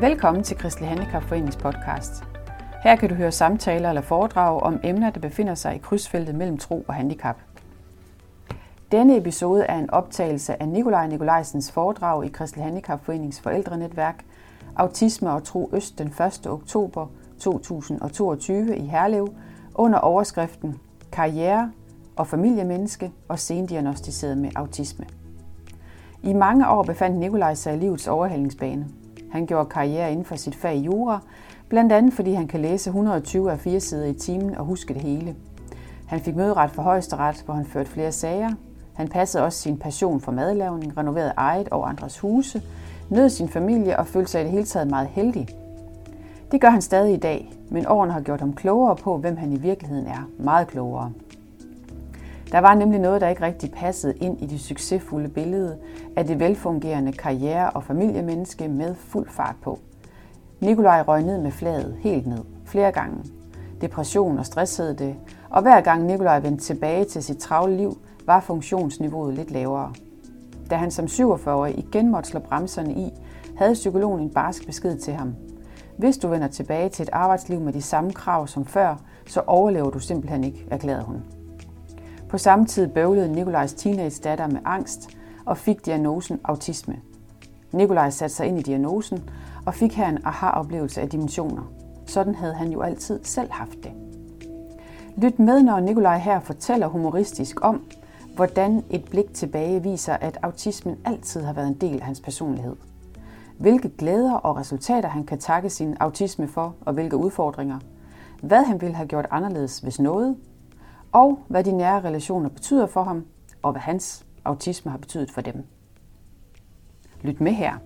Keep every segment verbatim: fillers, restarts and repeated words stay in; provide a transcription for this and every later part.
Velkommen til Kristelig Handicapforenings podcast. Her kan du høre samtaler eller foredrag om emner, der befinder sig i krydsfeltet mellem tro og handicap. Denne episode er en optagelse af Nikolaj Nikolajsens foredrag i Kristelig Handicapforenings forældrenetværk Autisme og Tro Øst den første oktober to tusind og toogtyve i Herlev under overskriften Karriere og familiemenneske og sendiagnosticeret med autisme. I mange år befandt Nikolaj sig i livets overhalingsbane. Han gjorde karriere inden for sit fag jura, blandt andet fordi han kan læse et hundrede og tyve A fire sider i timen og huske det hele. Han fik møderet for Højesteret, hvor han førte flere sager. Han passede også sin passion for madlavning, renoverede eget og andres huse, nød sin familie og følte sig i det hele taget meget heldig. Det gør han stadig i dag, men årene har gjort ham klogere på, hvem han i virkeligheden er. Meget klogere. Der var nemlig noget, der ikke rigtig passede ind i det succesfulde billede af det velfungerende karriere- og familiemenneske med fuld fart på. Nikolaj røg ned med flaget, helt ned, flere gange. Depression og stress hed det, og hver gang Nikolaj vendte tilbage til sit travle liv, var funktionsniveauet lidt lavere. Da han som syvogfyrre-årig igen måtte slå bremserne i, havde psykologen en barsk besked til ham. Hvis du vender tilbage til et arbejdsliv med de samme krav som før, så overlever du simpelthen ikke, erklærede hun. På samme tid bøvlede Nikolajs teenage-datter med angst og fik diagnosen autisme. Nikolaj satte sig ind i diagnosen og fik her en aha-oplevelse af dimensioner. Sådan havde han jo altid selv haft det. Lyt med, når Nikolaj her fortæller humoristisk om, hvordan et blik tilbage viser, at autismen altid har været en del af hans personlighed. Hvilke glæder og resultater han kan takke sin autisme for, og hvilke udfordringer. Hvad han ville have gjort anderledes, hvis noget. Og hvad de nære relationer betyder for ham, og hvad hans autisme har betydet for dem. Lyt med her.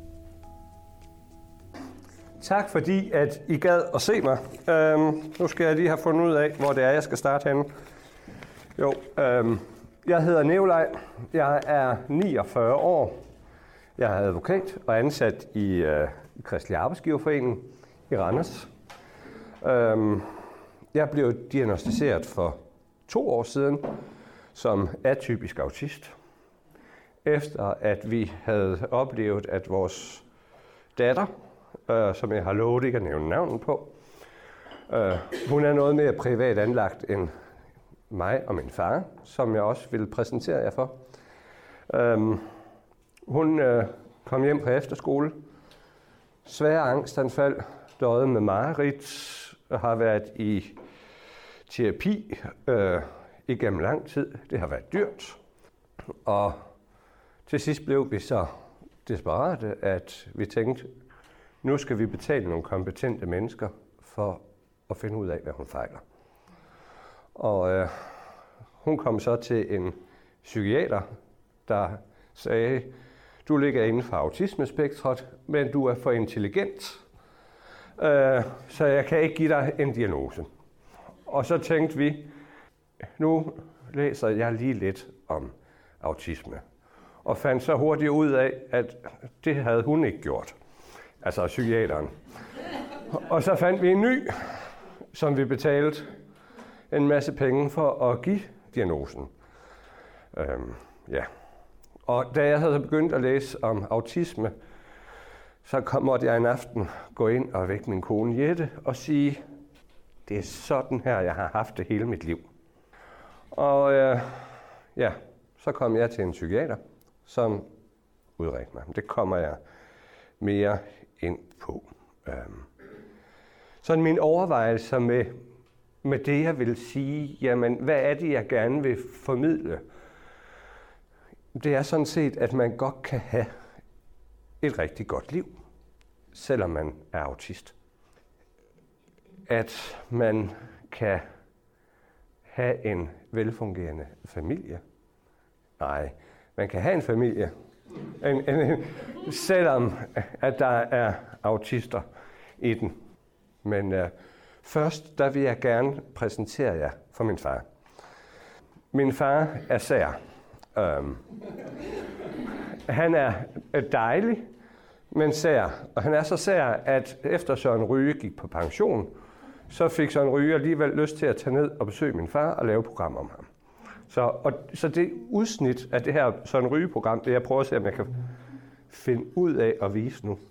Tak fordi, at I gad at se mig. Øhm, nu skal jeg lige have fundet ud af, hvor det er, jeg skal starte henne. Jo, øhm, jeg hedder Nikolaj. Jeg er niogfyrre år. Jeg er advokat og ansat i øh, Kristelig Arbejdsgiverforening i Randers. Øhm, jeg blev diagnosticeret for to år siden som atypisk autist, efter at vi havde oplevet, at vores datter, øh, som jeg har lovet ikke at nævne navnet på, øh, hun er noget mere privat anlagt end mig og min far, som jeg også vil præsentere jer for. Øh, hun øh, kom hjem på efterskole, svære angstanfald, døde med mareridt, og har været i terapi øh, igennem lang tid. Det har været dyrt. Og til sidst blev vi så desperate, at vi tænkte, nu skal vi betale nogle kompetente mennesker for at finde ud af, hvad hun fejler. Og øh, hun kom så til en psykiater, der sagde, du ligger inden for autismespektret, men du er for intelligent, øh, så jeg kan ikke give dig en diagnose. Og så tænkte vi, nu læser jeg lige lidt om autisme. Og fandt så hurtigt ud af, at det havde hun ikke gjort. Altså psykiateren. Og så fandt vi en ny, som vi betalte en masse penge for at give diagnosen. Øhm, ja. Og da jeg havde begyndt at læse om autisme, så kom, måtte jeg en aften gå ind og vække min kone Jette og sige, det er sådan her, jeg har haft det hele mit liv. Og øh, ja, så kom jeg til en psykiater, som udredte mig. Det kommer jeg mere ind på. Øhm. Så min overvejelse med, med det, jeg vil sige, jamen, hvad er det, jeg gerne vil formidle? Det er sådan set, at man godt kan have et rigtig godt liv, selvom man er autist. At man kan have en velfungerende familie. Nej, man kan have en familie, en, en, en, selvom at der er autister i den. Men uh, først, der vil jeg gerne præsentere jer for min far. Min far er sær. Um, han er dejlig, men sær. Og han er så sær, at efter Søren Ryge gik på pension, så fik Søren Ryge alligevel lyst til at tage ned og besøge min far og lave program om ham. Så, og, så det udsnit af det her Søren Ryge-program, det jeg prøver at se, om jeg kan finde ud af at vise nu.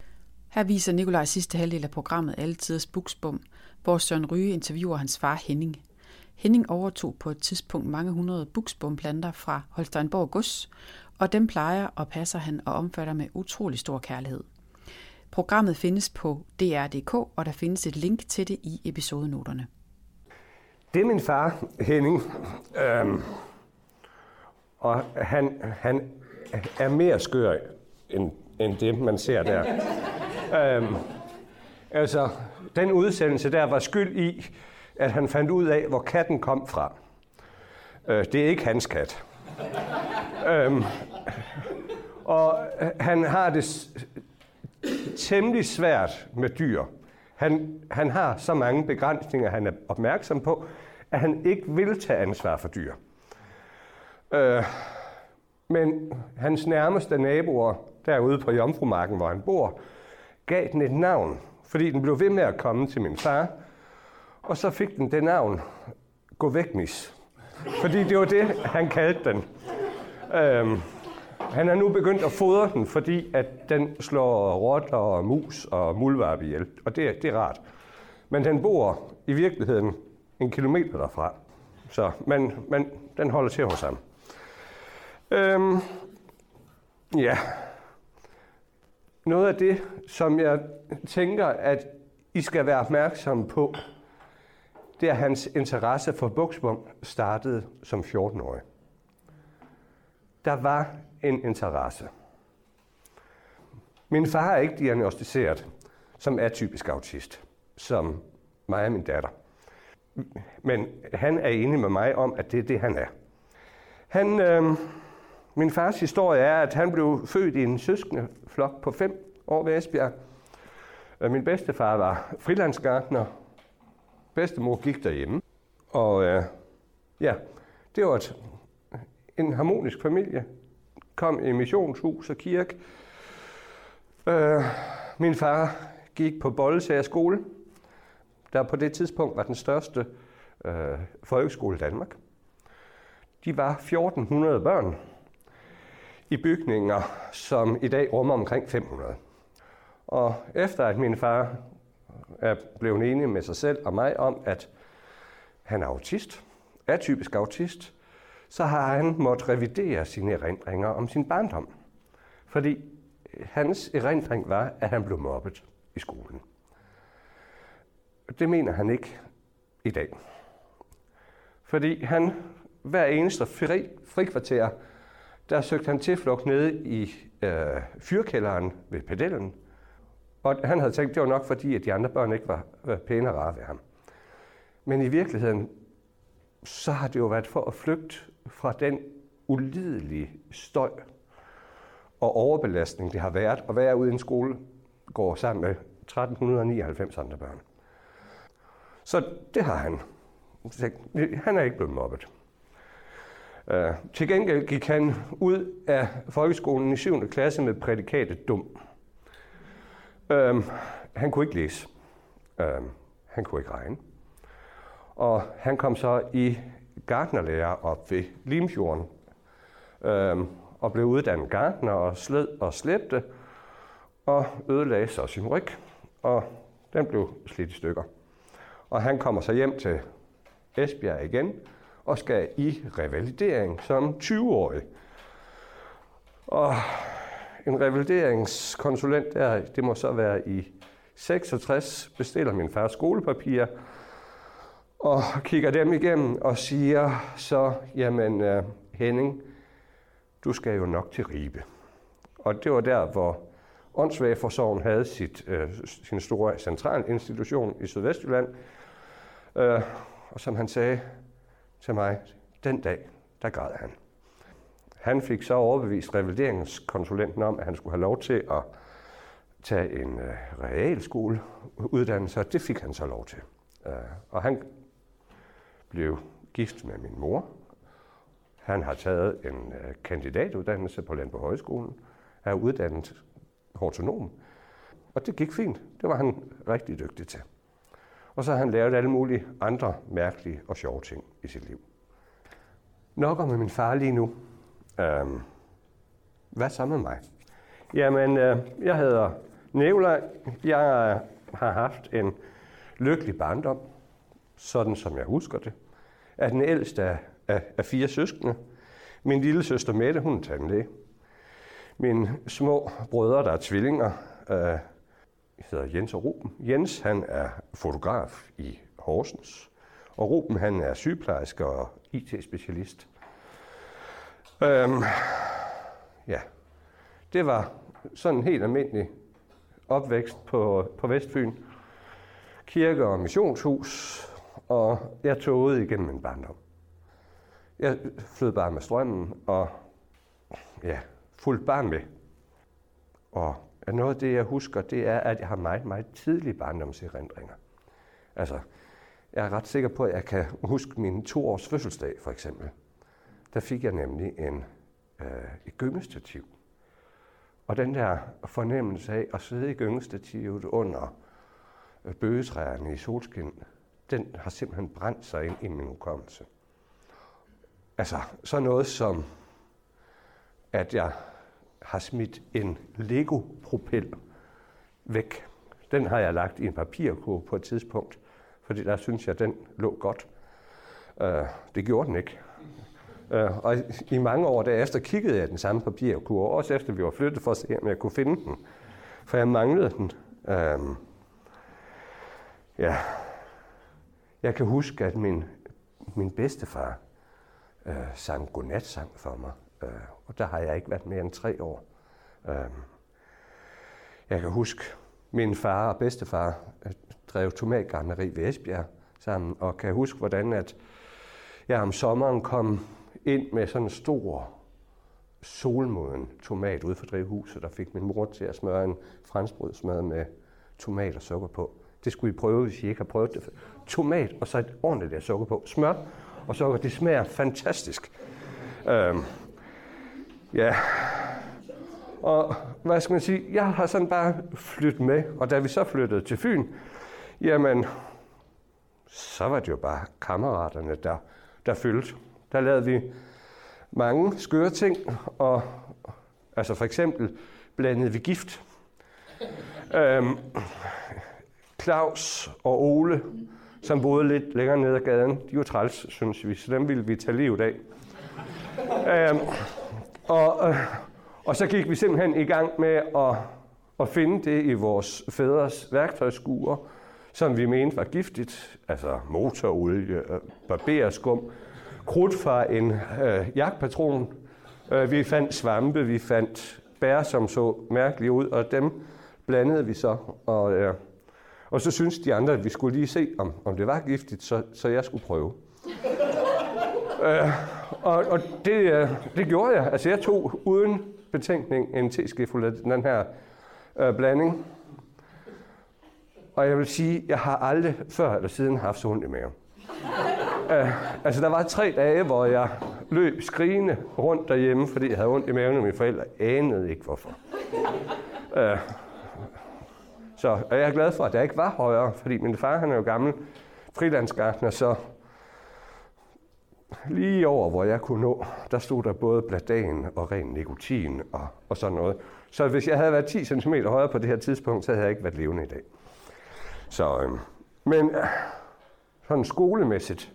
Her viser Nikolaj sidste halvdel af programmet Alletiders Buksbom, hvor Søren Ryge interviewer hans far Henning. Henning overtog på et tidspunkt mange hundrede buksbomplanter fra Holsteinborg Gods, og dem plejer og passer han og omfatter med utrolig stor kærlighed. Programmet findes på D R punktum d k, og der findes et link til det i episodenoterne. Det er min far, Henning, øhm, og han, han er mere skør end, end det, man ser der. øhm, altså, den udsendelse der var skyld i, at han fandt ud af, hvor katten kom fra. Øh, det er ikke hans kat. øhm, og han har det temmelig svært med dyr. Han, han har så mange begrænsninger, han er opmærksom på, at han ikke vil tage ansvar for dyr. Øh, men hans nærmeste naboer derude på Jomfrumarken, hvor han bor, gav den et navn, fordi den blev ved med at komme til min far. Og så fik den det navn, Gå væk, mis. Fordi det var det, han kaldte den. Øh, Han er nu begyndt at fodre den, fordi at den slår rotter og mus og muldvarpe ihjel, og det er, det er rart. Men den bor i virkeligheden en kilometer derfra, så, men, men den holder til hos ham. Øhm, ja. Noget af det, som jeg tænker, at I skal være opmærksomme på, det er, at hans interesse for buksbom startede som fjorten-årig. Der var en interesse. Min far er ikke diagnosticeret som atypisk autist, som mig og min datter. Men han er enig med mig om, at det er det, han er. Han, øh, min fars historie er, at han blev født i en søskende flok på fem år ved Esbjerg. Min bedstefar var frilandsgartner. Bedstemor gik derhjemme. Og øh, ja, det var et, en harmonisk familie. Kom i missionshus og kirke. Øh, min far gik på Bollesager skole, der på det tidspunkt var den største øh, folkeskole i Danmark. De var fjorten hundrede børn i bygninger, som i dag rummer omkring fem hundrede. Og efter at min far er blevet enig med sig selv og mig om, at han er autist, atypisk autist, så har han måttet revidere sine erindringer om sin barndom. Fordi hans erindring var, at han blev mobbet i skolen. Det mener han ikke i dag. Fordi han hver eneste fri, frikvarter, der søgte han tilflugt nede i øh, fyrkælderen ved pedellen. Og han havde tænkt, det var nok fordi, at de andre børn ikke var øh, pæne og rare ved ham. Men i virkeligheden, så har det jo været for at flygte fra den ulidelige støj og overbelastning, det har været at være ude i en skole, går sammen med tretten nioghalvfems andre børn. Så det har han. Han er ikke blevet mobbet. Uh, til gengæld gik han ud af folkeskolen i syvende klasse med prædikatet dum. Uh, han kunne ikke læse. Uh, han kunne ikke regne. Og han kom så i gartnerlærer op ved Limfjorden. Uh, og blev uddannet gartner og sled og slæbte, og ødelagde så sin ryg, og den blev slidt i stykker. Og han kommer så hjem til Esbjerg igen, og skal i revalidering som tyve-årig. Og en revalideringskonsulent der, det må så være i seksogtres, bestiller min fars skolepapirer, og kigger dem igennem og siger så, jamen uh, Henning, du skal jo nok til Ribe. Og det var der, hvor Åndssvageforsorgen havde sit, øh, sin store centralinstitution i Sydvestjylland. Øh, og som han sagde til mig, den dag, der græd han. Han fik så overbevist revalideringskonsulenten om, at han skulle have lov til at tage en øh, realskoleuddannelse, og det fik han så lov til. Øh, og han blev gift med min mor. Han har taget en øh, kandidatuddannelse på Landbo Højskolen. Han er uddannet hortonom. Og det gik fint. Det var han rigtig dygtig til. Og så har han lavet alle mulige andre mærkelige og sjove ting i sit liv. Nok om med min far lige nu. Øhm, hvad så med mig? Jamen, øh, jeg hedder Nikolaj, jeg har haft en lykkelig barndom, sådan som jeg husker det. Jeg er den ældste af, af, af fire søskende. Min lille søster Mette, hun er tandlæge. Mine små brødre, der er tvillinger, øh, hedder Jens og Ruben. Jens, han er fotograf i Horsens, og Ruben, han er sygeplejerske og I T-specialist. Øhm, ja, det var sådan en helt almindelig opvækst på, på Vestfyn. Kirke og missionshus, og jeg togede igennem en barndom. Jeg flød bare med strømmen, og ja, fulgte bare med. Og noget af det, jeg husker, det er, at jeg har meget, meget tidlige barndomserindringer. Altså, jeg er ret sikker på, at jeg kan huske min to års fødselsdag, for eksempel. Der fik jeg nemlig en, øh, et gyngestativ. Og den der fornemmelse af at sidde i gyngestativet under øh, bøgetræerne i solskin, den har simpelthen brændt sig ind i min hukommelse. Altså, så noget som, at jeg har smidt en Lego-propel væk. Den har jeg lagt i en papirkurve på et tidspunkt, fordi der synes jeg, den lå godt. Uh, det gjorde den ikke. Uh, og i mange år derefter kiggede jeg den samme papirkurve, også efter vi var flyttet, for at se, om jeg kunne finde den. For jeg manglede den. Uh, ja. Jeg kan huske, at min, min bedstefar uh, sang godnatsang for mig. Uh, og der har jeg ikke været mere end tre år. Uh, jeg kan huske, min far og bedstefar uh, drev tomatgartneri ved Esbjerg sammen, og kan huske, hvordan at jeg om sommeren kom ind med sådan en stor solmoden tomat ude for drivhuset, der fik min mor til at smøre en franskbrødsmad med tomat og sukker på. Det skulle I prøve, hvis I ikke har prøvet det. Tomat og så et ordentligt der sukker på. Smør og sukker, det smager fantastisk. Øhm, ja, og hvad skal man sige, jeg har sådan bare flyttet med, og da vi så flyttede til Fyn, jamen, så var det jo bare kammeraterne, der, der fyldte. Der lavede vi mange skøre ting, og altså for eksempel blandede vi gift. Øhm, Claus og Ole, som boede lidt længere nede ad gaden, de var træls, synes vi, så dem ville vi tage livet af. øhm, og, øh, og så gik vi simpelthen i gang med at, at finde det i vores fædres værktøjsskure, som vi mente var giftigt, altså motorolie, barberskum, krudt fra en øh, jagtpatron. Øh, vi fandt svampe, vi fandt bær, som så mærkeligt ud, og dem blandede vi så. Og, øh, og så syntes de andre, at vi skulle lige se, om, om det var giftigt, så, så jeg skulle prøve. øh, og og det, øh, det gjorde jeg. Altså jeg tog uden betænkning en teskefuld af den her øh, blanding. Og jeg vil sige, at jeg har aldrig før eller siden haft så ondt i maven. Uh, altså, der var tre dage, hvor jeg løb skrigende rundt derhjemme, fordi jeg havde ondt i maven, og mine forældre anede ikke, hvorfor. Uh, så og jeg er glad for, at jeg ikke var højere, fordi min far, han er jo gammel frilandsgartner, så lige over, hvor jeg kunne nå, der stod der både bladan og ren nikotin og, og sådan noget. Så hvis jeg havde været ti centimeter højere på det her tidspunkt, så havde jeg ikke været levende i dag. Så, øh, men øh, sådan skolemæssigt,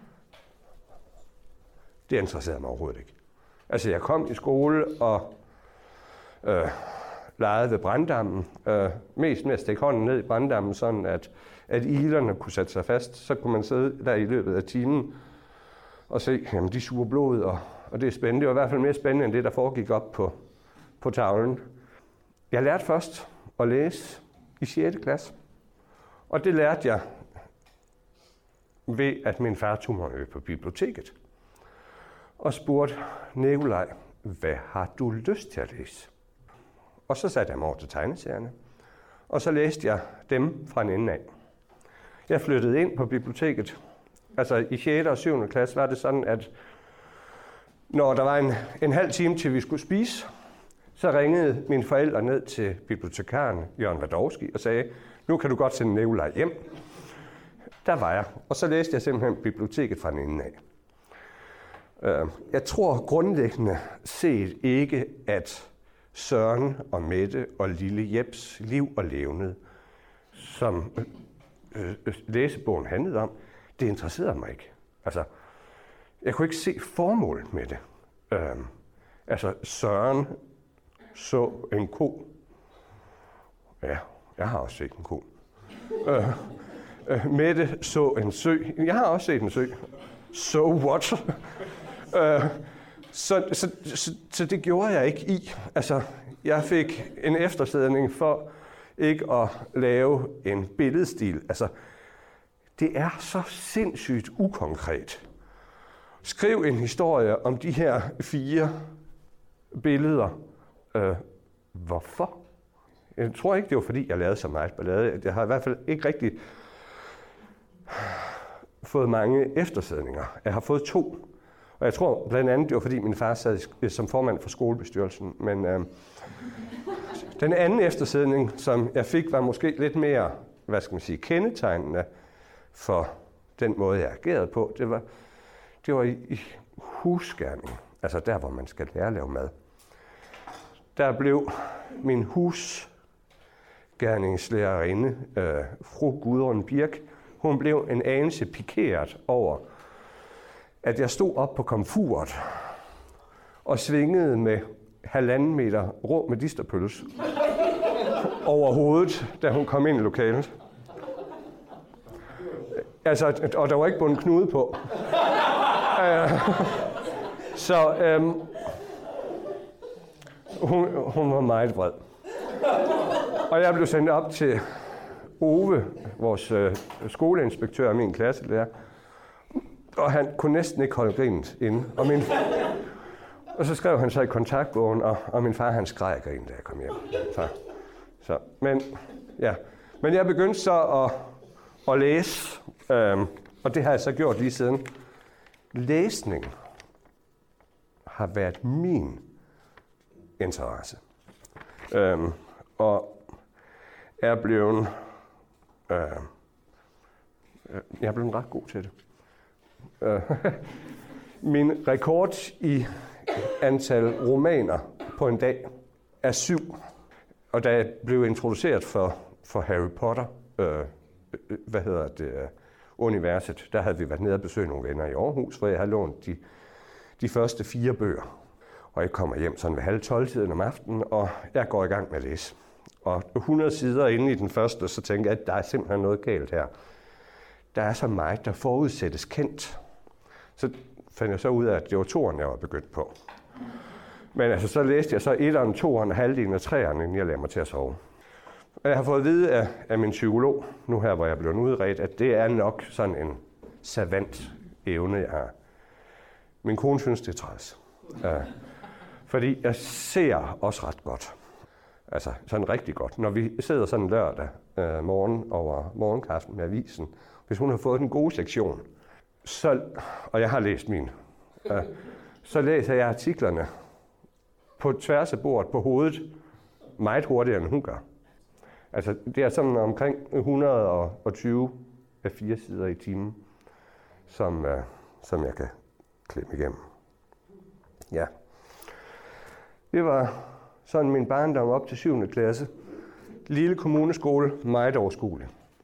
det interesserede mig overhovedet ikke. Altså, jeg kom i skole og øh, legede ved branddammen, øh, mest med at stikke hånden ned i branddammen, sådan at, at ilerne kunne sætte sig fast. Så kunne man sidde der i løbet af timen og se, jamen de suger blod, og, og det er spændende. Det var i hvert fald mere spændende, end det, der foregik op på, på tavlen. Jeg lærte først at læse i sjette klasse. Og det lærte jeg ved, at min far tog mig på biblioteket og spurgte Nikolaj, hvad har du lyst til at læse? Og så satte jeg mig over til tegneserierne, og så læste jeg dem fra en ende af. Jeg flyttede ind på biblioteket. Altså i sjette og syvende klasse var det sådan, at når der var en, en halv time til vi skulle spise, så ringede mine forældre ned til bibliotekaren Jørgen Wadowski og sagde, nu kan du godt sende Nikolaj hjem. Der var jeg, og så læste jeg simpelthen biblioteket fra en ende af. Jeg tror grundlæggende set ikke, at Søren og Mette og lille Jeps liv og levned, som øh, øh, læsebogen handlede om, det interesserede mig ikke. Altså, jeg kunne ikke se formålet med det. Øhm, altså, Søren så en ko. Ja, jeg har også set en ko. Øh, øh, Mette så en sø. Jeg har også set en sø. So what? øh, så, så, så, så det gjorde jeg ikke i. Altså, jeg fik en eftersædning for ikke at lave en billedstil. Altså, det er så sindssygt ukonkret. Skriv en historie om de her fire billeder. Øh, hvorfor? Jeg tror ikke, det var fordi, jeg lavede så meget ballade. Jeg har i hvert fald ikke rigtig fået mange eftersædninger. Jeg har fået to. Og jeg tror blandt andet, det var fordi min far sad som formand for skolebestyrelsen. Men øh, den anden eftersædning, som jeg fik, var måske lidt mere, hvad skal man sige, kendetegnende for den måde, jeg agerede på. Det var, det var i, i husgerning, altså der, hvor man skal lære at lave mad. Der blev min husgerningslærerinde, øh, fru Gudrun Birk, hun blev en anelse pikeret over, at jeg stod op på komfuret og svingede med halvanden meter rå medisterpølse over hovedet, da hun kom ind i lokalet. Altså, og der var ikke bundet knude på. Uh, så um, hun, hun var meget vred. Og jeg blev sendt op til Ove, vores uh, skoleinspektør og min klasselærer, og han kunne næsten ikke holde grinet inde. Og, min, og så skrev han så i kontaktbogen, og, og min far han skreg af grin, da jeg kom hjem. Så, så, men, ja. men jeg begyndte så at, at læse, øhm, og det har jeg så gjort lige siden. Læsning har været min interesse. Øhm, og jeg er blevet, øh, jeg er blevet ret god til det. Min rekord i antal romaner på en dag er syv. Og da jeg blev introduceret for, for Harry Potter, øh, hvad hedder det, universet, der havde vi været nede og besøge nogle venner i Aarhus, hvor jeg havde lånt de, de første fire bøger. Og jeg kommer hjem sådan ved halv tolv-tiden om aftenen, og jeg går i gang med at læse. Og hundrede sider inde i den første, så tænker jeg, at der er simpelthen noget galt her. Der er så meget, der forudsættes kendt. Så fandt jeg så ud af, at det var toeren, jeg var begyndt på. Men altså, så læste jeg så etteren, toeren, halvdelen og treeren, inden jeg lagde mig til at sove. Og jeg har fået at vide af, af min psykolog, nu her, hvor jeg er blevet udredt, at det er nok sådan en savant evne, jeg har. Min kone synes, det er træls. Uh, fordi jeg ser også ret godt. Altså, sådan rigtig godt. Når vi sidder sådan lørdag uh, morgen over morgenkaffen med avisen, hvis hun har fået den gode sektion, så, og jeg har læst min, uh, så læser jeg artiklerne på tværs af bordet på hovedet meget hurtigere, end hun gør. Altså, det er sådan omkring et hundrede og tyve af fire sider i timen, som, uh, som jeg kan klemme igennem. Ja. Det var sådan min barndom op til syvende klasse. Lille kommuneskole, meget overskuelig.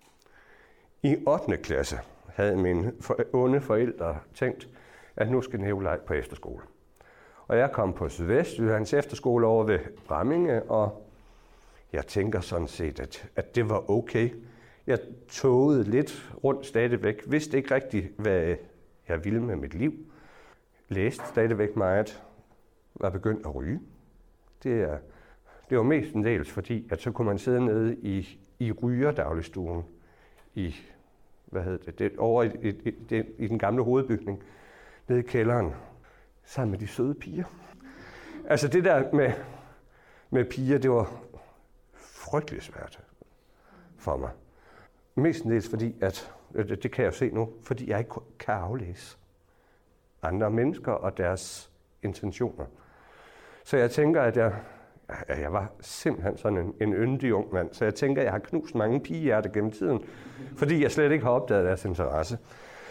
I ottende klasse havde mine for, onde forældre tænkt, at nu skal Nikolaj på efterskole. Og jeg kom på Sydvestjyllands efterskole over ved Bramminge, og jeg tænker sådan set, at, at det var okay. Jeg togede lidt rundt stadigvæk, vidste ikke rigtigt, hvad jeg ville med mit liv. Læste stadigvæk meget, var begyndt at ryge. Det, er, det var mest en dels fordi, at så kunne man sidde nede i, i rygerdagligstuen i, hvad hedder det, det over i, i, i, i den gamle hovedbygning, nede i kælderen, sammen med de søde piger. Altså det der med, med piger, det var frygteligt svært for mig. Mest en dels fordi, at det, det kan jeg se nu, fordi jeg ikke kan aflæse andre mennesker og deres intentioner. Så jeg tænker, at jeg, at jeg var simpelthen sådan en, en yndig ung mand. Så jeg tænker, at jeg har knust mange pigehjerter gennem tiden, fordi jeg slet ikke har opdaget deres interesse.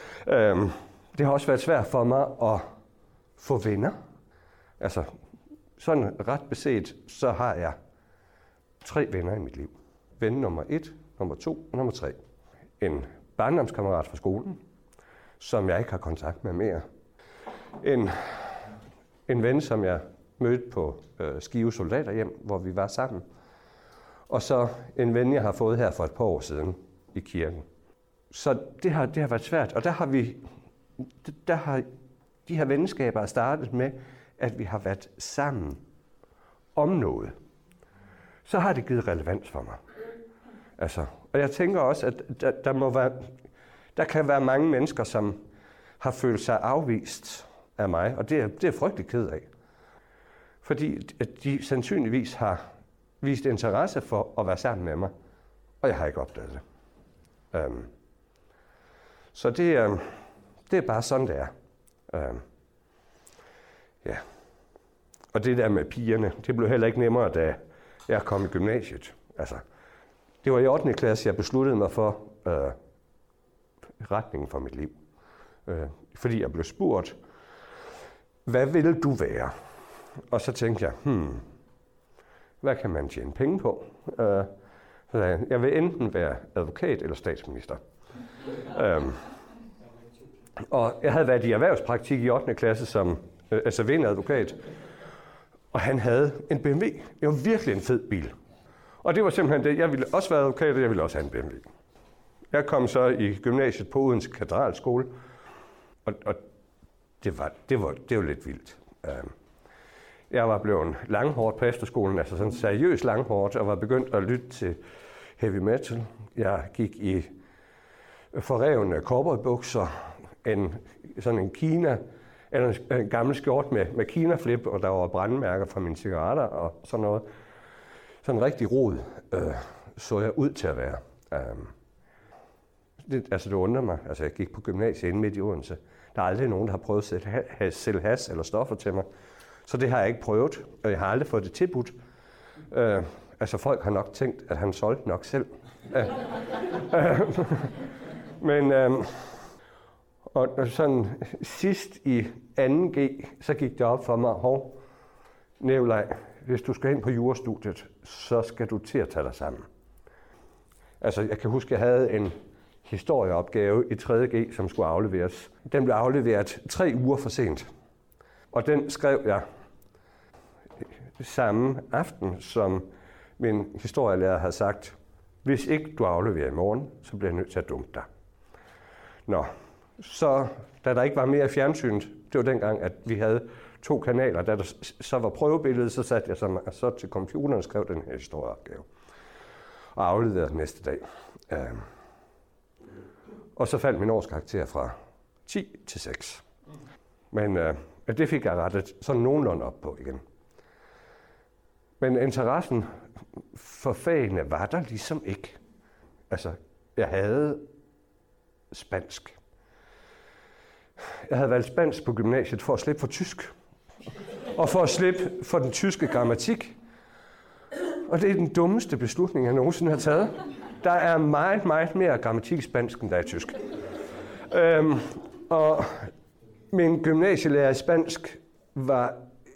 Øhm, det har også været svært for mig at få venner. Altså, sådan ret beset, så har jeg tre venner i mit liv. Ven nummer et, nummer to og nummer tre. En barndomskammerat fra skolen, som jeg ikke har kontakt med mere. En, en ven, som jeg mødte på øh, Skive Soldaterhjem, hvor vi var sammen. Og så en ven, jeg har fået her for et par år siden i kirken. Så det har, det har været svært, og der har vi, der har de her venskaber startet med, at vi har været sammen om noget. Så har det givet relevans for mig. Altså, og jeg tænker også, at der, der, må være, der kan være mange mennesker, som har følt sig afvist af mig, og det er, det er jeg frygtelig ked af. Fordi at de sandsynligvis har vist interesse for at være sammen med mig, og jeg har ikke opdaget det. Um, så det, um, det er bare sådan, det er. Um, ja. Og det der med pigerne, det blev heller ikke nemmere, da jeg kom i gymnasiet. Altså, det var i ottende klasse, jeg besluttede mig for uh, retningen for mit liv. Uh, fordi jeg blev spurgt, hvad vil du være? Og så tænkte jeg, hmm, hvad kan man tjene penge på? Uh, så sagde jeg, jeg vil enten være advokat eller statsminister. um, og jeg havde været i erhvervspraktik i ottende klasse som uh, altså ved en advokat. Og han havde en B M W. Det var virkelig en fed bil. Og det var simpelthen det. Jeg ville også være advokat, og jeg ville også have en B M W. Jeg kom så i gymnasiet på Odense Katedralskole, og, og det, var, det, var, det var lidt vildt. Um, Jeg var blevet langhårdt på efterskolen, altså sådan seriøst langhårdt, og var begyndt at lytte til heavy metal. Jeg gik i forrevne cowboybukser, en, sådan en Kina, eller en, en gammel skjort med, med Kina-flip, og der var brandmærker fra mine cigaretter og sådan noget. Sådan rigtig rod øh, så jeg ud til at være. Um, det, altså det undrer mig. Altså jeg gik på gymnasiet inde midt i Odense. Der er aldrig nogen, der har prøvet at sælge has eller stoffer til mig. Så det har jeg ikke prøvet, og jeg har aldrig fået det tilbudt. Uh, altså folk har nok tænkt, at han solgte nok selv. Uh, uh, men uh, og sådan sidst i anden G, så gik det op for mig, hov, Nikolaj, hvis du skal ind på jurastudiet, så skal du til at tage dig sammen. Altså jeg kan huske, at jeg havde en historieopgave i tredje G, som skulle afleveres. Den blev afleveret tre uger for sent. Og den skrev jeg samme aften, som min historielærer havde sagt, hvis ikke du afleverer i morgen, så bliver jeg nødt til at dumpe dig. Nå, så da der ikke var mere fjernsynet, det var dengang, at vi havde to kanaler, da der så var prøvebilledet, så satte jeg så, så til computeren og skrev den her historieopgave. Og afleverede den næste dag. Uh, og så faldt min årskarakter fra ti til seks. Men uh, det fik jeg rettet sådan nogenlunde op på igen. Men interessen for fagene var der ligesom ikke. Altså, jeg havde spansk. Jeg havde valgt spansk på gymnasiet for at slippe for tysk. Og for at slippe for den tyske grammatik. Og det er den dummeste beslutning, jeg nogensinde har taget. Der er meget, meget mere grammatik i spansk, end der er i tysk. Øhm, og min gymnasielærer i spansk var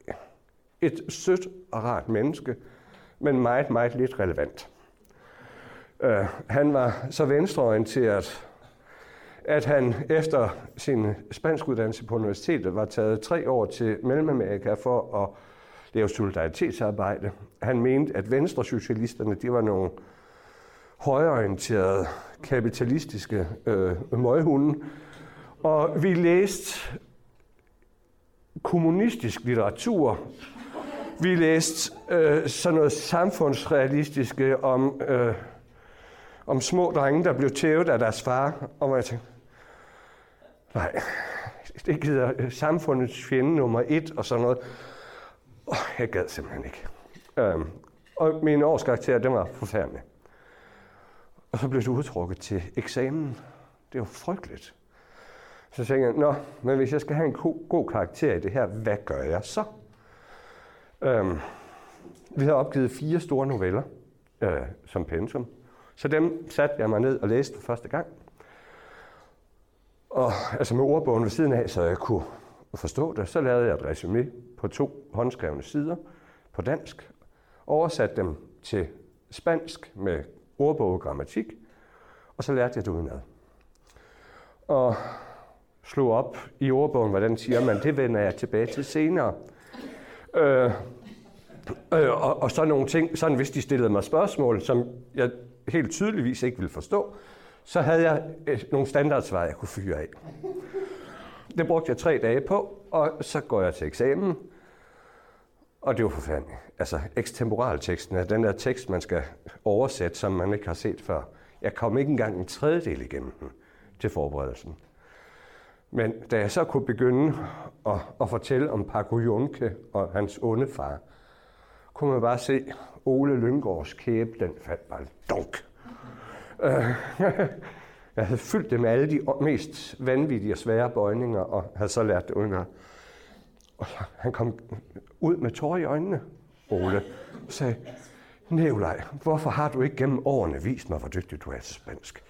et sødt og rart menneske, men meget, meget lidt relevant. Uh, han var så venstreorienteret, at han efter sin spanskuddannelse på universitetet var taget tre år til Mellemamerika for at lave solidaritetsarbejde. Han mente, at venstresocialisterne, de var nogle højreorienterede, kapitalistiske øh, møghunde. Og vi læste kommunistisk litteratur. Vi læste øh, sådan noget samfundsrealistiske om, øh, om små drenge, der blev tævet af deres far. Og jeg tænkte, nej, det gider samfundets fjende nummer et og sådan noget. Oh, jeg gad simpelthen ikke. Um, og min årskarakter, den var forfærdelig. Og så blev det udtrukket til eksamen. Det var frygteligt. Så tænkte jeg, nå, men hvis jeg skal have en god, god karakter i det her, hvad gør jeg så? Um, vi havde opgivet fire store noveller uh, som pensum. Så dem satte jeg mig ned og læste for første gang. Og altså med ordbogen ved siden af, så jeg kunne forstå det, så lavede jeg et resumé på to håndskrevne sider på dansk, oversatte dem til spansk med ordbog og grammatik, og så lærte jeg det udenad. Og slog op i ordbogen, hvordan siger man, det vender jeg tilbage til senere. Øh, øh, og, og så nogle ting, sådan hvis de stillede mig spørgsmål, som jeg helt tydeligvis ikke ville forstå, så havde jeg øh, nogle standardsvar, jeg kunne fyre af. Det brugte jeg tre dage på, og så går jeg til eksamen. Og det var forfærdeligt. Altså, ekstemporalteksten er den der tekst, man skal oversætte, som man ikke har set før. Jeg kom ikke engang en tredjedel igennem den til forberedelsen. Men da jeg så kunne begynde at, at fortælle om Paco Jonke og hans onde far, kunne man bare se Ole Lyngårds kæbe, den faldt bare dunk. Jeg havde fyldt det med alle de mest vanvittige og svære bøjninger, og havde så lært det udenad. Og han kom ud med tårer i øjnene, Ole, og sagde, Nikolaj, hvorfor har du ikke gennem årene vist mig, hvor dygtig du er til spansk?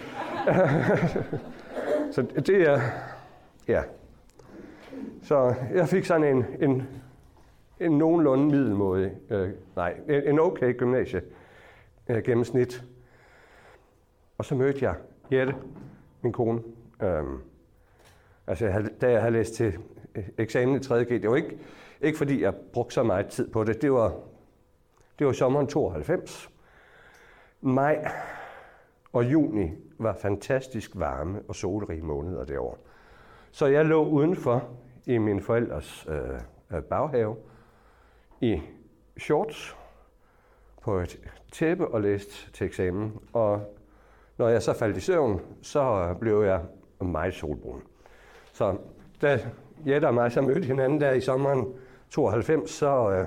Så det er, ja. Så jeg fik sådan en, en, en nogenlunde middelmåde, øh, nej, en okay gymnasie øh, gennemsnit. Og så mødte jeg Jette, min kone. Øhm, altså, jeg havde, da jeg havde læst til eksamen i tredje G, det var ikke, ikke fordi jeg brugte så meget tid på det. Det var, det var sommeren tooghalvfems. Maj og juni var fantastisk varme og solrige måneder det år. Så jeg lå udenfor i min forældres øh, baghave i shorts på et tæppe og læste til eksamen. Og når jeg så faldt i søvn, så blev jeg meget solbrun. Så da Jette og mig så mødte hinanden der i sommeren tooghalvfems, så øh,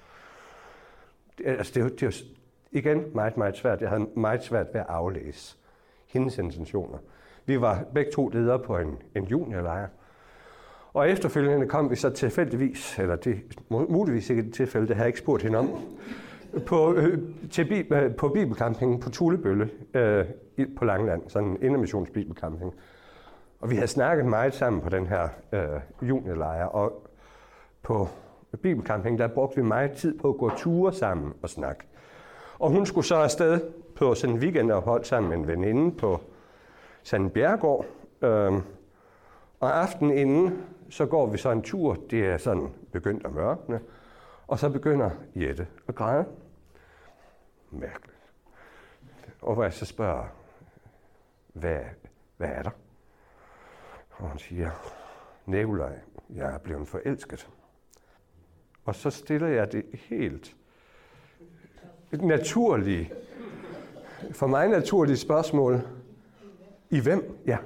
altså det, det var igen meget, meget svært. Jeg havde meget svært ved at aflæse hendes intentioner. Vi var begge to ledere på en, en juniorlejr. Og efterfølgende kom vi så tilfældigvis, eller det muligvis ikke et tilfælde, det har jeg ikke spurgt hende om, på, øh, til, øh, på bibelcampingen på Tullebølle øh, på Langeland, sådan en indermissionsbibelcamping. Og vi havde snakket meget sammen på den her øh, juniorlejr, og på bibelcampingen, der brugte vi meget tid på at gå ture sammen og snakke. Og hun skulle så afsted på sådan en weekendophold sammen med en veninde på sådan en bjergård. Øhm, og aftenen inden, så går vi så en tur, det er sådan begyndt at mørkne, og så begynder Jette at græde. Mærkeligt. Og hvor jeg så spørger, hvad, hvad er der? Og hun siger, Nikolaj, jeg er blevet forelsket. Og så stiller jeg det helt naturlige, for mig naturlige spørgsmål. I hvem? Ja.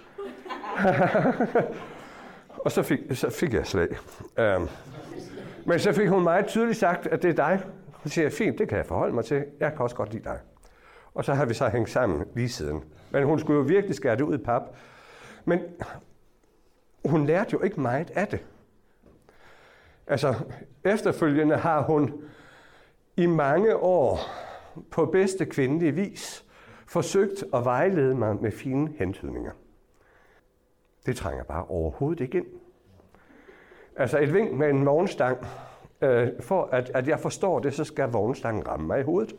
Og så fik, så fik jeg slag. Um, men så fik hun meget tydeligt sagt, at det er dig. Så siger jeg, fint, det kan jeg forholde mig til. Jeg kan også godt lide dig. Og så har vi så hængt sammen lige siden. Men hun skulle jo virkelig skære det ud i pap. Men hun lærte jo ikke meget af det. Altså, efterfølgende har hun i mange år på bedste kvindelige vis forsøgt at vejlede mig med fine hentydninger. Det trænger bare overhovedet ikke ind. Altså et vink med en vognstang. Øh, for at, at jeg forstår det, så skal vognstangen ramme mig i hovedet.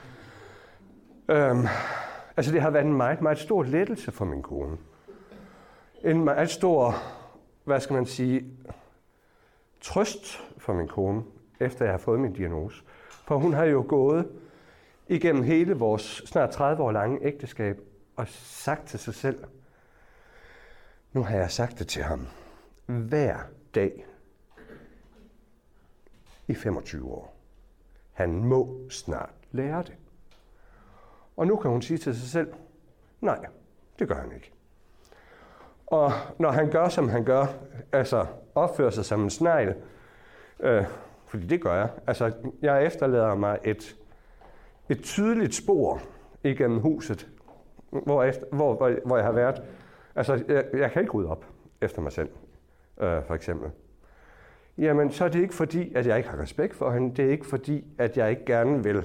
Øhm, altså det har været en meget, meget stor lettelse for min kone. En meget stor, hvad skal man sige, trøst for min kone, efter jeg har fået min diagnose. For hun har jo gået igennem hele vores snart tredive år lange ægteskab og sagt til sig selv, nu har jeg sagt det til ham hver dag i femogtyve år. Han må snart lære det. Og nu kan hun sige til sig selv, nej, det gør han ikke. Og når han gør, som han gør, altså opfører sig som en snegl, øh, fordi det gør jeg, altså jeg efterlader mig et, et tydeligt spor igennem huset, hvor, efter, hvor, hvor, hvor jeg har været. Altså, jeg, jeg kan ikke rydde op efter mig selv, øh, for eksempel. Jamen, så er det ikke fordi, at jeg ikke har respekt for hende. Det er ikke fordi, at jeg ikke gerne vil,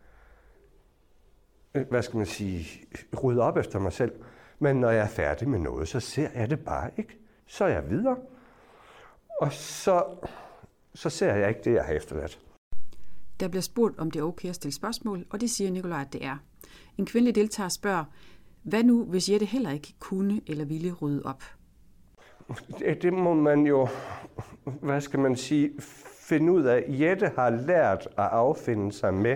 hvad skal man sige, rydde op efter mig selv. Men når jeg er færdig med noget, så ser jeg det bare ikke. Så er jeg videre. Og så, så ser jeg ikke det, jeg har efterladt. Der bliver spurgt, om det er okay at stille spørgsmål, og det siger Nikolaj, at det er. En kvindelig deltager spørger, hvad nu, hvis Jette heller ikke kunne eller ville rydde op? Det, det må man jo, hvad skal man sige, finde ud af. Jette har lært at affinde sig med,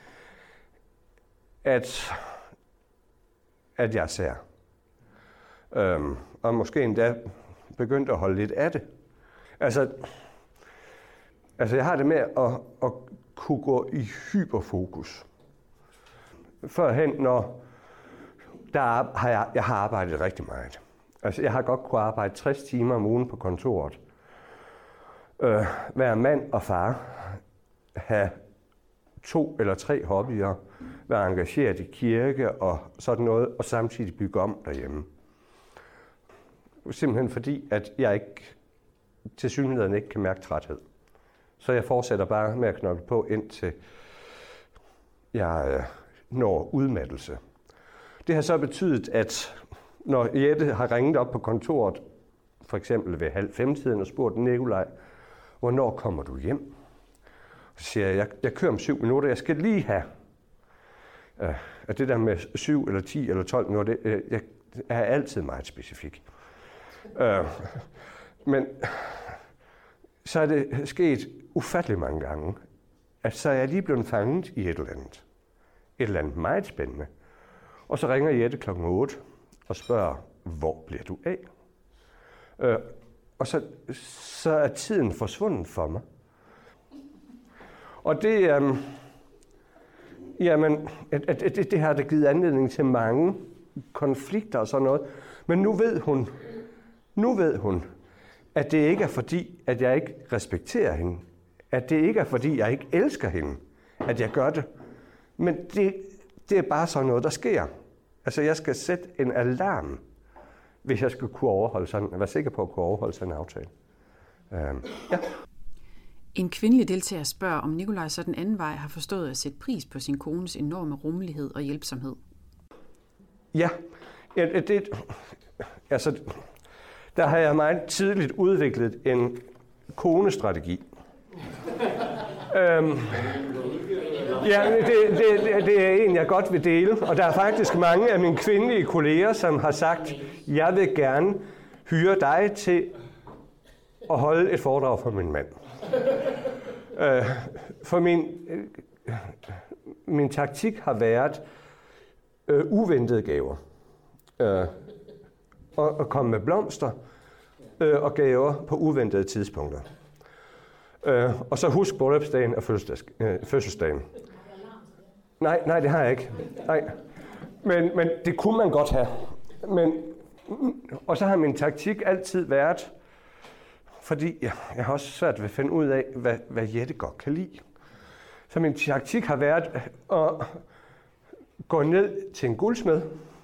at, at jeg ser. Øhm, og måske endda begyndt at holde lidt af det. Altså, altså jeg har det med at, at kunne gå i hyperfokus. Førhen, når der har jeg, jeg har arbejdet rigtig meget. Altså, jeg har godt kunne arbejde tres timer om ugen på kontoret. Øh, være mand og far. Have to eller tre hobbyer. Være engageret i kirke og sådan noget, og samtidig bygge om derhjemme. Simpelthen fordi, at jeg ikke tilsyneladende ikke kan mærke træthed. Så jeg fortsætter bare med at knokle på, indtil jeg øh, når udmattelse. Det har så betydet, at når Jette har ringet op på kontoret, for eksempel ved halv fem-tiden og spurgt Nikolaj, hvornår kommer du hjem? Så siger jeg, jeg, jeg kører om syv minutter, jeg skal lige have. Øh, at det der med syv eller ti eller tolv minutter, det, øh, jeg er altid meget specifik. Øh, men så er det sket ufattelig mange gange, at så er jeg lige blevet fanget i et eller andet. Et eller andet meget spændende. Og så ringer Jette klokken otte og spørger, hvor bliver du af? Øh, og så, så er tiden forsvundet for mig. Og det, øh, jamen, at, at, at det, det har da givet anledning til mange konflikter og sådan noget. Men nu ved hun, nu ved hun, at det ikke er fordi, at jeg ikke respekterer hende. At det ikke er fordi, jeg ikke elsker hende, at jeg gør det. Men det, det er bare sådan noget, der sker. Altså, jeg skal sætte en alarm, hvis jeg skal kunne overholde sådan, være sikker på at kunne overholde sådan en aftale. Øhm, ja. En kvindelig deltager spørger, om Nikolaj så den anden vej har forstået at sætte pris på sin kones enorme rummelighed og hjælpsomhed. Ja, det, altså, der har jeg meget tidligt udviklet en konestrategi. øhm, ja, det, det, det er en, jeg godt vil dele, og der er faktisk mange af mine kvindelige kolleger, som har sagt, jeg vil gerne hyre dig til at holde et foredrag for min mand. øh, for min, øh, min taktik har været øh, uventede gaver. Øh, og, og komme med blomster øh, og gaver på uventede tidspunkter. Øh, og så husk bryllupsdagen og fødselsdagen. Øh, fødselsdagen. Nej, nej, det har jeg ikke. Nej. Men, men det kunne man godt have. Men, og så har min taktik altid været, fordi jeg, jeg har også svært ved at finde ud af, hvad, hvad Jette godt kan lide. Så min taktik har været at gå ned til en guldsmed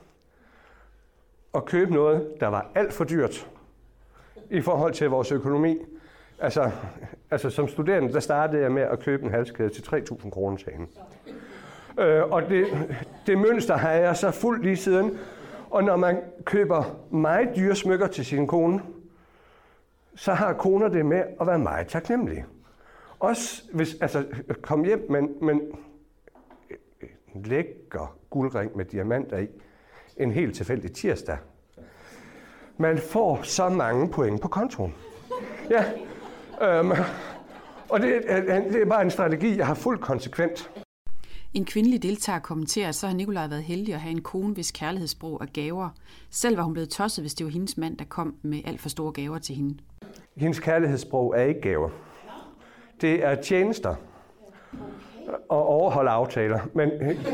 og købe noget, der var alt for dyrt i forhold til vores økonomi. Altså, altså som studerende, der startede jeg med at købe en halskæde til tre tusind kroner til hende. Øh, og det, det mønster har jeg så fuldt lige siden. Og når man køber meget dyre smykker til sin kone, så har koner det med at være meget taknemmelige. Også hvis, altså, kom hjem med, med en lækker guldring med diamanter i, en helt tilfældig tirsdag. Man får så mange point på kontoen. Ja, øhm, og det, det er bare en strategi, jeg har fuldt konsekvent. En kvindelig deltager kommenterer, at så har Nikolaj været heldig at have en kone, hvis kærlighedssprog er gaver. Selv var hun blevet tosset, hvis det var hendes mand, der kom med alt for store gaver til hende. Hendes kærlighedssprog er ikke gaver. Det er tjenester og overholde aftaler. Men,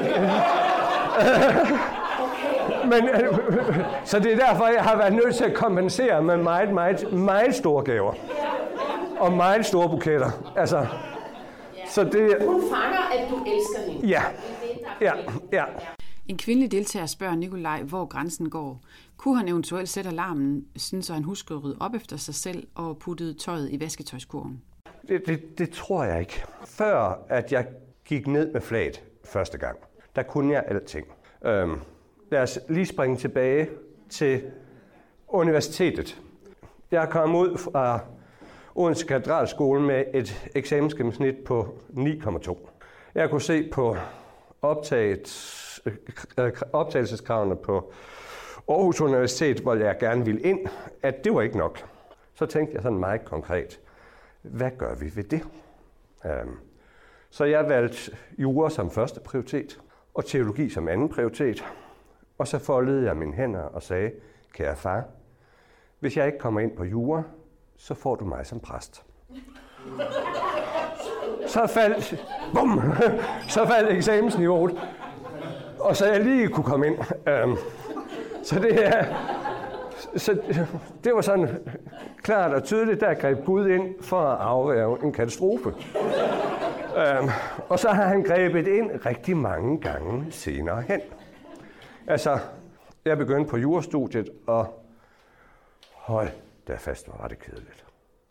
men, så det er derfor, jeg har været nødt til at kompensere med meget, meget, meget store gaver. Og meget store buketter. Altså, så det, hun fanger, at du elsker hende. Ja, ja, ja. En kvindelig deltager spørger Nikolaj, hvor grænsen går. Kunne han eventuelt sætte alarmen, så han husker at rydde op efter sig selv og puttede tøjet i vasketøjskurven? Det, det, det tror jeg ikke. Før at jeg gik ned med flaget første gang, der kunne jeg alting. Øhm, lad os lige springe tilbage til universitetet. Jeg er kommet ud fra Odense Katedralskole med et eksamensgennemsnit på ni komma to. Jeg kunne se på optaget, optagelseskravene på Aarhus Universitet, hvor jeg gerne ville ind, at det var ikke nok. Så tænkte jeg sådan meget konkret, hvad gør vi ved det? Så jeg valgte jura som første prioritet, og teologi som anden prioritet. Og så foldede jeg mine hænder og sagde, kære far, hvis jeg ikke kommer ind på jura, så får du mig som præst. Så faldt, bum, så faldt eksamensniveauet, og så jeg lige kunne komme ind. Så det er, så det var sådan klart og tydeligt, der greb Gud ind for at afværge en katastrofe. Um, og så har han grebet ind rigtig mange gange senere hen. Altså, jeg begyndte på jurastudiet, og hold da fast, hvor var det kedeligt.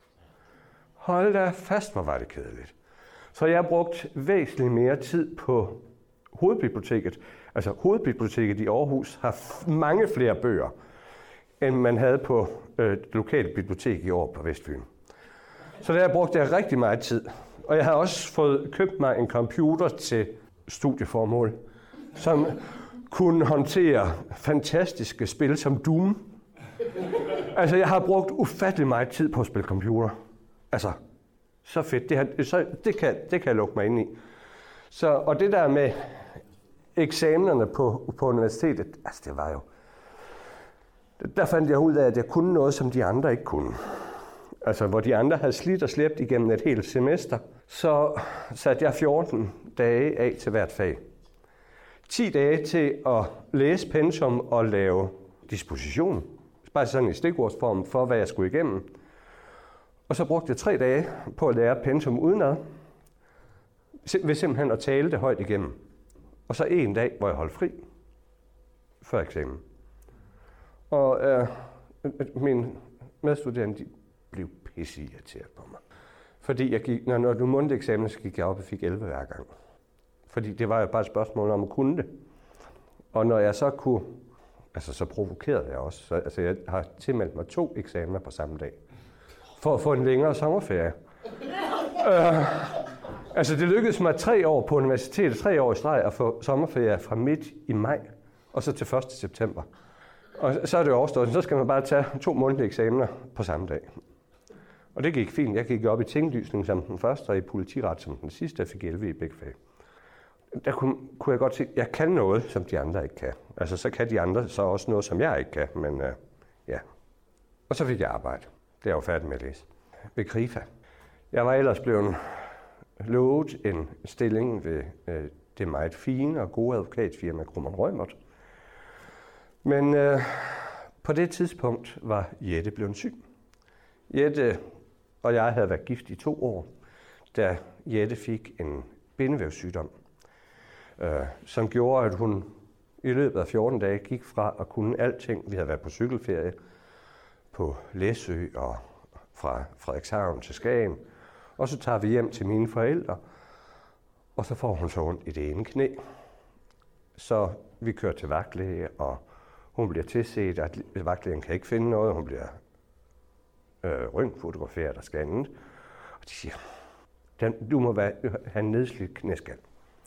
Hold da fast, hvor var det kedeligt. Så jeg har brugt væsentligt mere tid på hovedbiblioteket. Altså, hovedbiblioteket i Aarhus har mange flere bøger, end man havde på øh, det lokale bibliotek i år på Vestfyn. Så der har jeg brugt jeg rigtig meget tid. Og jeg har også fået købt mig en computer til studieformål, som kunne håndtere fantastiske spil som Doom. Altså, jeg har brugt ufattelig meget tid på at spille computer. Altså, så fedt. Det, her, så, det, kan, det kan jeg lukke mig ind i. Så, og det der med eksamenerne på, på universitetet, altså det var jo... Der fandt jeg ud af, at jeg kunne noget, som de andre ikke kunne. Altså, hvor de andre havde slidt og slæbt igennem et helt semester, så satte jeg fjorten dage af til hvert fag. ti dage til at læse pensum og lave disposition. Bare sådan i stikordsform for, hvad jeg skulle igennem. Og så brugte jeg tre dage på at lære pensum udenad. Ved simpelthen at tale det højt igennem. Og så en dag, hvor jeg holdt fri. Før eksamen. Og øh, mine medstuderende, de blev pisseirriteret på mig. Fordi jeg gik, når, når du mundte eksamen, så gik jeg op og fik elleve hver gang. Fordi det var jo bare et spørgsmål om at kunne det. Og når jeg så kunne, altså så provokerede jeg også. Så, altså jeg har tilmeldt mig to eksamener på samme dag. For at få en længere sommerferie. uh, altså det lykkedes mig tre år på universitetet, tre år i streg, at få sommerferie fra midt i maj, og så til første september. Og så er det jo overstået. Så skal man bare tage to mundtlige eksamener på samme dag. Og det gik fint. Jeg gik op i tinglysning som den første, og i politiret som den sidste. Jeg fik elleve i begge fag. Der kunne, kunne jeg godt se, at jeg kan noget, som de andre ikke kan. Altså, så kan de andre så også noget, som jeg ikke kan. Men uh, ja. Og så fik jeg arbejde. Det er jeg jo færdig med at læse. Ved Krifa. Jeg var ellers blevet lovet en stilling ved uh, det meget fine og gode advokatfirma Kromann Reumert. Men uh, på det tidspunkt var Jette blevet syg. Jette og jeg havde været gift i to år, da Jette fik en bindevævssygdom, øh, som gjorde, at hun i løbet af fjorten dage gik fra at kunne alting. Vi havde været på cykelferie på Læsø og fra Frederikshavn til Skagen, og så tager vi hjem til mine forældre, og så får hun så ondt i det ene knæ. Så vi kører til vagtlæge, og hun bliver tilset, at vagtlægen kan ikke finde noget, hun bliver Øh, røntgenfotograferet og scannet. Og de siger, du må være, have en nedslidt knæskal.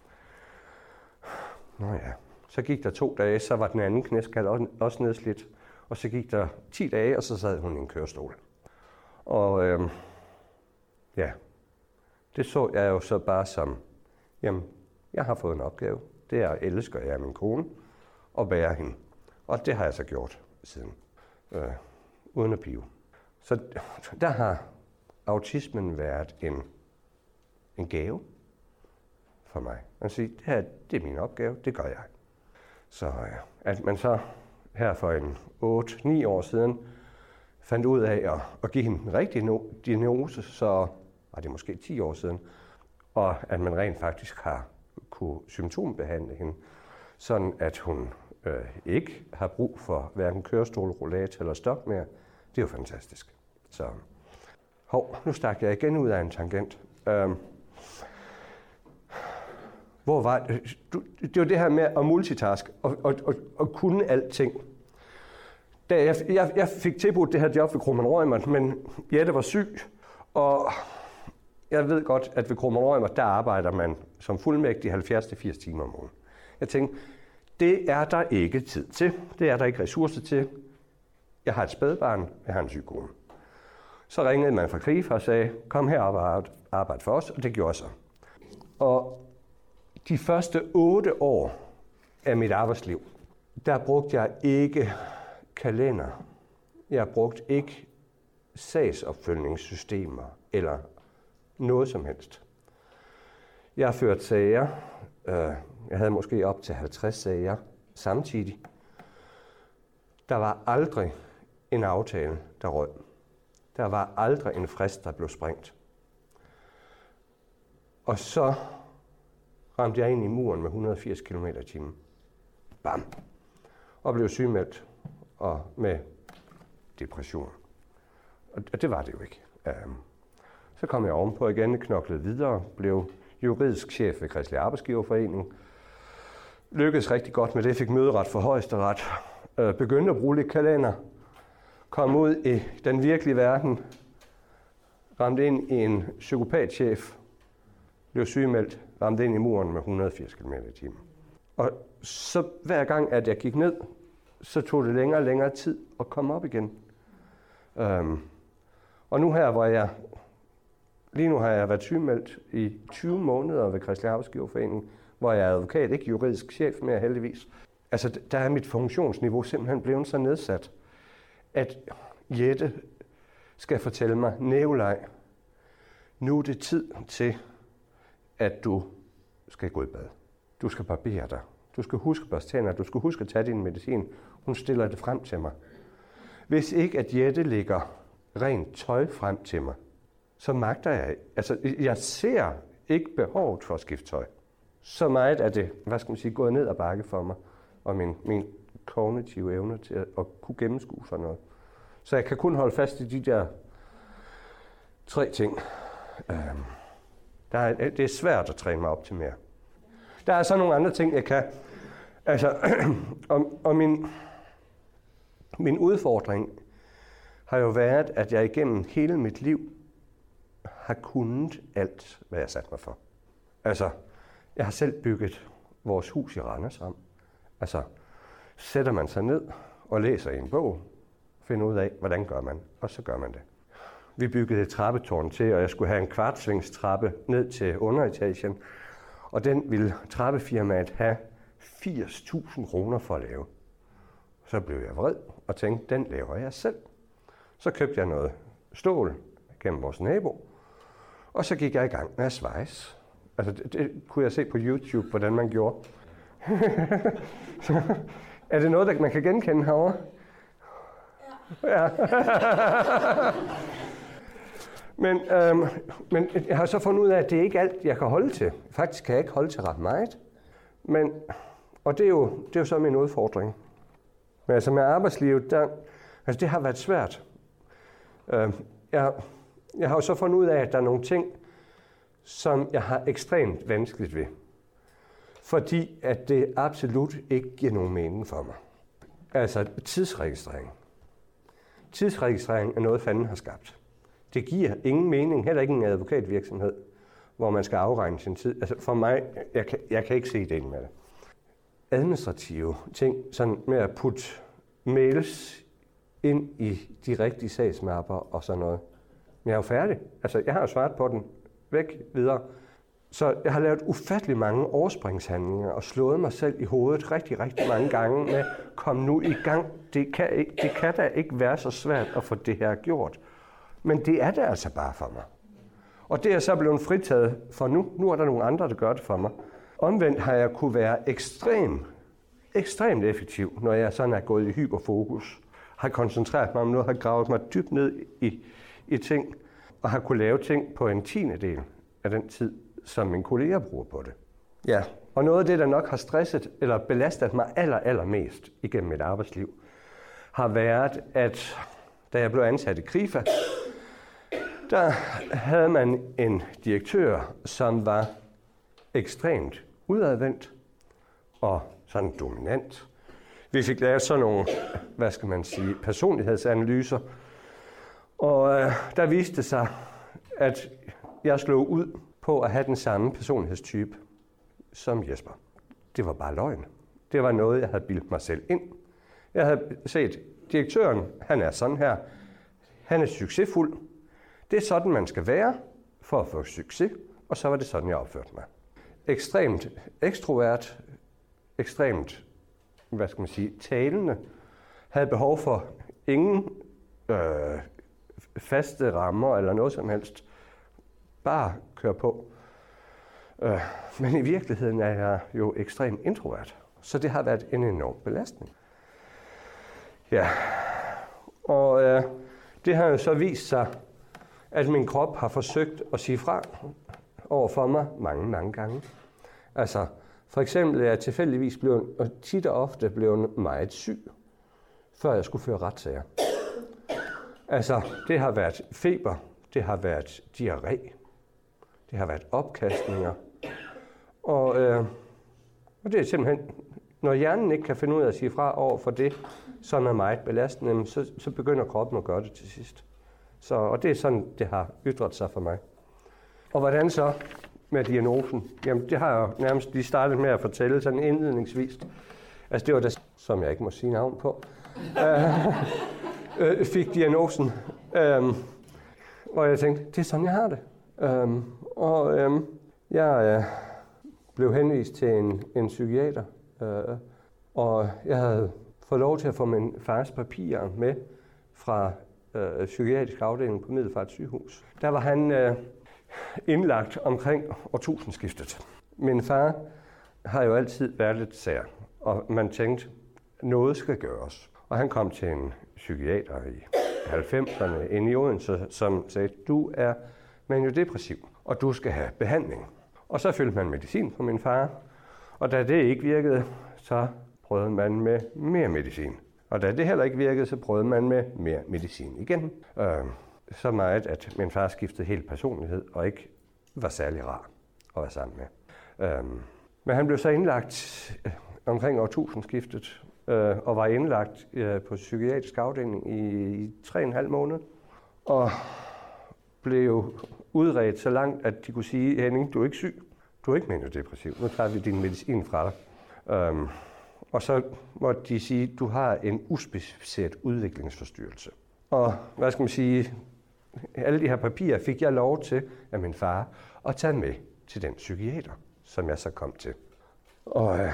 Nå ja, så gik der to dage, så var den anden knæskal også nedslidt. Og så gik der ti dage, og så sad hun i en kørestol. Og øh, ja, det så jeg jo så bare som, jamen, jeg har fået en opgave. Det er at elske jeg er min kone og bære hende. Og det har jeg så gjort siden, øh, uden at pive. Så der har autismen været en, en gave for mig. Man siger, det her, det er min opgave, det gør jeg. Så at man så her for en otte ni år siden fandt ud af at, at give hende en rigtig no- diagnose, så var det måske ti år siden, og at man rent faktisk har kunne symptombehandle hende, sådan at hun øh, ikke har brug for hverken kørestol, rollator eller stok mere. Det er jo fantastisk. Så, hov, nu stak jeg igen ud af en tangent. Øhm, hvor var det? Det var det her med at multitask og, og, og, og kunne alting. Da jeg, jeg, jeg fik tilbudt det her job ved Kromann Reumert, men Jette var syg, Og jeg ved godt, at ved Kromann Reumert, der arbejder man som fuldmægtig halvfjerds til firs timer om ugen. Jeg tænkte, det er der ikke tid til. Det er der ikke ressourcer til. Jeg har et spædbarn, jeg har en syg kone. Så ringede man fra Krifa og sagde, kom her og arbejde for os, og det gjorde så. Og de første otte år af mit arbejdsliv, der brugte jeg ikke kalender. Jeg brugte ikke sagsopfølgningssystemer eller noget som helst. Jeg har ført sager. Jeg havde måske op til halvtreds sager samtidig. Der var aldrig en aftale, der røg. Der var aldrig en frist, der blev sprængt. Og så ramte jeg ind i muren med hundrede og firs kilometer i timen. Bam! Og blev sygemeldt og med depression. Og det var det jo ikke. Så kom jeg ovenpå igen, knoklede videre, blev juridisk chef ved Kristelig Arbejdsgiverforening. Lykkedes rigtig godt med det, fik møderet for Højesteret. Begyndte at bruge lidt kalender. Kom ud i den virkelige verden. Ramte ind i en psykopatchef. Blev sygemeldt. Ramte ind i muren med hundrede og firs kilometer i timen. Og så hver gang, at jeg gik ned, så tog det længere og længere tid at komme op igen. Um, og nu her, hvor jeg... Lige nu har jeg været sygemeldt i tyve måneder ved Kristelig Arbejdsgiverforening, hvor jeg er advokat, ikke juridisk chef mere heldigvis. Altså, der er mit funktionsniveau simpelthen blevet så nedsat, at Jette skal fortælle mig, Nikolaj, nu er det tid til, at du skal gå i bad. Du skal barbere dig. Du skal huske at børste tænder. Du skal huske at tage din medicin. Hun stiller det frem til mig. Hvis ikke at Jette lægger rent tøj frem til mig, så magter jeg. Altså, jeg ser ikke behovet for at skifte tøj. Så meget er det, hvad skal man sige, gået ned ad bakke for mig, og min, min kognitive evne til at, at kunne gennemskue sådan noget. Så jeg kan kun holde fast i de der tre ting. Øhm, der er, det er svært at træne mig op til mere. Der er så nogle andre ting, jeg kan. Altså, og, og min, min udfordring har jo været, at jeg igennem hele mit liv har kunnet alt, hvad jeg satte mig for. Altså, jeg har selv bygget vores hus i Randers sammen. Altså, sætter man sig ned og læser i en bog, finder ud af, hvordan gør man, og så gør man det. Vi byggede et trappetårn til, og jeg skulle have en kvartsvingstrappe ned til underetagen, og den ville trappefirmaet have firs tusind kroner for at lave. Så blev jeg vred og tænkte, den laver jeg selv. Så købte jeg noget stål gennem vores nabo, og så gik jeg i gang med at svejse. Altså, det, det kunne jeg se på YouTube, hvordan man gjorde. Er det noget, der man kan genkende herovre? Ja. Ja. men, øhm, men jeg har så fundet ud af, at det er ikke alt, jeg kan holde til. Faktisk kan jeg ikke holde til ret meget. Men, og det er, jo, det er jo så min udfordring. Men altså med arbejdslivet, der, altså det har været svært. Øhm, jeg, jeg har jo så fundet ud af, at der er nogle ting, som jeg har ekstremt vanskeligt ved. Fordi at det absolut ikke giver nogen mening for mig. Altså tidsregistrering. Tidsregistrering er noget, fanden har skabt. Det giver ingen mening, heller ikke en advokatvirksomhed, hvor man skal afregne sin tid. Altså for mig, jeg kan, jeg kan ikke se det med det. Administrative ting, sådan med at putte mails ind i de rigtige sagsmapper og sådan noget. Men jeg er jo færdig. Altså jeg har jo svaret på den. Væk videre. Så jeg har lavet ufattelig mange overspringshandlinger og slået mig selv i hovedet rigtig, rigtig mange gange med, kom nu i gang. Det kan, ikke, det kan da ikke være så svært at få det her gjort. Men det er det altså bare for mig. Og det er så blevet fritaget for nu. Nu er der nogle andre, der gør det for mig. Omvendt har jeg kunne være ekstrem, ekstremt effektiv, når jeg sådan er gået i hyperfokus. Har koncentreret mig om noget, har gravet mig dybt ned i, i ting, og har kunne lave ting på en tiende del af den tid, som mine kolleger bruger på det. Ja, og noget af det, der nok har stresset eller belastet mig aller, aller mest igennem mit arbejdsliv, har været, at da jeg blev ansat i Krifa, der havde man en direktør, som var ekstremt udadvendt og sådan dominant. Vi fik lavet sådan nogle, hvad skal man sige, personlighedsanalyser, og øh, der viste sig, at jeg slog ud på at have den samme personlighedstype som Jesper. Det var bare løgn. Det var noget, jeg havde bildt mig selv ind. Jeg havde set, direktøren, han er sådan her. Han er succesfuld. Det er sådan, man skal være for at få succes. Og så var det sådan, jeg opførte mig. Ekstremt ekstrovert, ekstremt, hvad skal man sige, talende. Havde behov for ingen øh, faste rammer eller noget som helst. Bare køre på. Øh, men i virkeligheden er jeg jo ekstremt introvert. Så det har været en enorm belastning. Ja, og øh, det har jo så vist sig, at min krop har forsøgt at sige fra over for mig mange, mange gange. Altså, for eksempel er jeg tilfældigvis blevet, og tit og ofte blevet meget syg, før jeg skulle føre retssager. Altså, det har været feber, det har været diarré, det har været opkastninger. Og, øh, og det er simpelthen, når hjernen ikke kan finde ud af at sige fra over for det, som er meget belastende, så, så begynder kroppen at gøre det til sidst. Så, og det er sådan, det har ytret sig for mig. Og hvordan så med diagnosen? Jamen, det har jeg nærmest lige startet med at fortælle sådan indledningsvis. Altså, det var det, som jeg ikke må sige navn på, øh, fik diagnosen. Øh, hvor jeg tænkte, det er sådan, jeg har det. Øh, og øh, jeg øh, blev henvist til en, en psykiater, øh, og jeg havde fået lov til at få min fars papirer med fra øh, psykiatrisk afdeling på Middelfart sygehus. Der var han øh, indlagt omkring årtusindskiftet. Min far har jo altid været lidt sær, og man tænkte, noget skal gøres. Og han kom til en psykiater i halvfemserne inde i Odense, som sagde, du er maniodepressiv, og du skal have behandling. Og så fyldte man medicin for min far, og da det ikke virkede, så prøvede man med mere medicin. Og da det heller ikke virkede, så prøvede man med mere medicin igen. Øh, så meget, at min far skiftede helt personlighed, og ikke var særlig rar at være sammen med. Øh, men han blev så indlagt øh, omkring årtusindskiftet, øh, og var indlagt øh, på psykiatrisk afdeling i, i tre og en halv måned. Og blev udredt så langt, at de kunne sige, Henning, du er ikke syg. Du er ikke maniodepressiv. Nu tager vi din medicin fra dig. Øh, Og så måtte de sige, at du har en uspecificeret udviklingsforstyrrelse. Og hvad skal man sige, alle de her papirer fik jeg lov til af min far at tage med til den psykiater, som jeg så kom til. Og øh,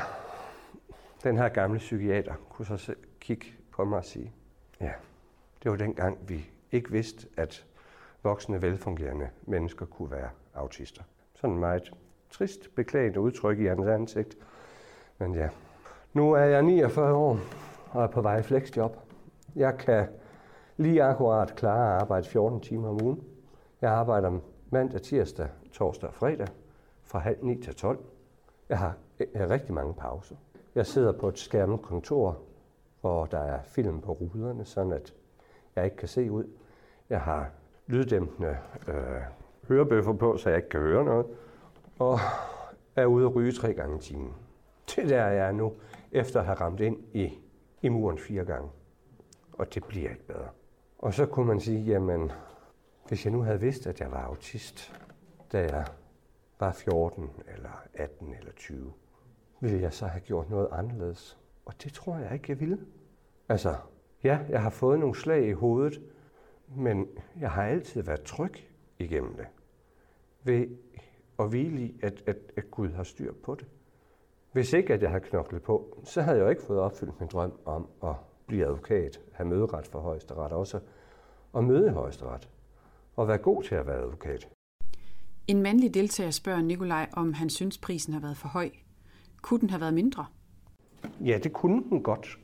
den her gamle psykiater kunne så kigge på mig og sige, ja, det var dengang vi ikke vidste, at voksne, velfungerende mennesker kunne være autister. Sådan en meget trist, beklagende udtryk i hans ansigt. Men ja. Nu er jeg niogfyrre år og er på vej i flexjob. Jeg kan lige akkurat klare at arbejde fjorten timer om ugen. Jeg arbejder mandag, tirsdag, torsdag og fredag fra halv ni til tolv. Jeg har rigtig mange pauser. Jeg sidder på et skærmet kontor, hvor der er film på ruderne, sådan at jeg ikke kan se ud. Jeg har lyddæmpende øh, hørebøffer på, så jeg ikke kan høre noget. Og er ude at ryge tre gange i timen. Det der jeg er nu, efter at have ramt ind i, i muren fire gange. Og det bliver ikke bedre. Og så kunne man sige, jamen, hvis jeg nu havde vidst, at jeg var autist, da jeg var fjorten, eller atten, eller tyve, ville jeg så have gjort noget anderledes? Og det tror jeg ikke, jeg ville. Altså, ja, jeg har fået nogle slag i hovedet, men jeg har altid været tryg igennem det. Ved at hvile i, at, at, at Gud har styr på det. Hvis ikke, at jeg havde knoklet på, så havde jeg jo ikke fået opfyldt min drøm om at blive advokat, have møderet for Højesteret, også at møde i Højesteret, og være god til at være advokat. En mandlig deltager spørger Nikolaj, om han synes, prisen har været for høj. Kunne den have været mindre? Ja, det kunne den godt.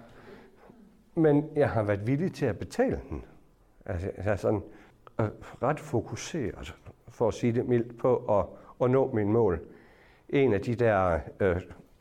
Men jeg har været villig til at betale den. Altså, jeg er sådan øh, ret fokuseret, for at sige det mildt, på at, at nå mine mål. En af de der øh,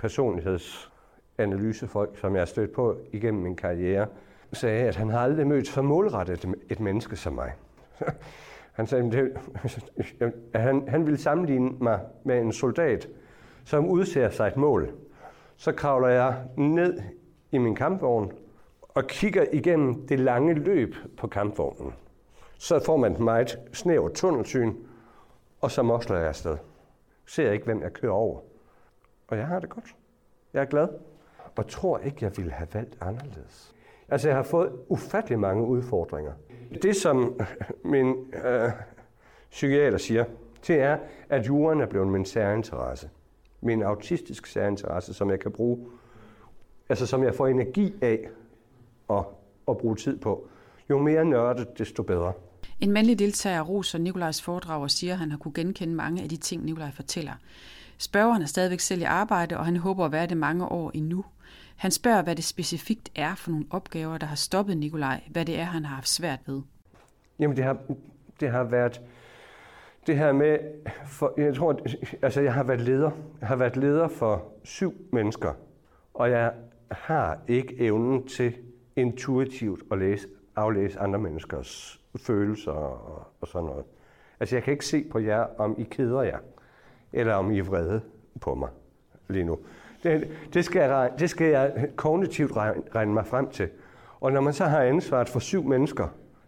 personlighedsanalysefolk, som jeg har stødt på igennem min karriere, sagde, at han har aldrig mødt så målrettet et, et menneske som mig. Han sagde, at han, han ville sammenligne mig med en soldat, som udser sig et mål. Så kravler jeg ned i min kampvogn og kigger igennem det lange løb på kampvognen. så får man et meget snævert tunnelsyn, og så mosler jeg afsted. Ser ikke, hvem jeg kører over. Og jeg har det godt. Jeg er glad. Og tror ikke, jeg ville have valgt anderledes. Altså, jeg har fået ufattelig mange udfordringer. Det, som min øh, psykiater siger, det er, at juraen er blevet min særinteresse. Min autistisk særinteresse, som jeg kan bruge, altså som jeg får energi af at, at bruge tid på. Jo mere nørdet, desto bedre. En mandlig deltager roser Nikolajs foredrag og siger, at han har kunne genkende mange af de ting, Nikolaj fortæller. Spørgeren er stadigvæk selv i arbejde, og han håber at være det mange år endnu. Han spørger, hvad det specifikt er for nogle opgaver, der har stoppet Nikolaj, hvad det er, han har haft svært ved. Jamen, det har, det har været det her med, for, jeg tror, altså jeg har været leder. Jeg har været leder for syv mennesker, og jeg har ikke evnen til intuitivt at læse, aflæse andre menneskers følelser og, og sådan noget. Altså, jeg kan ikke se på jer, om I keder jer, eller om I er vrede på mig lige nu. Det, det, skal, jeg, det skal jeg kognitivt regne, regne mig frem til. Og når man så har ansvaret for syv mennesker,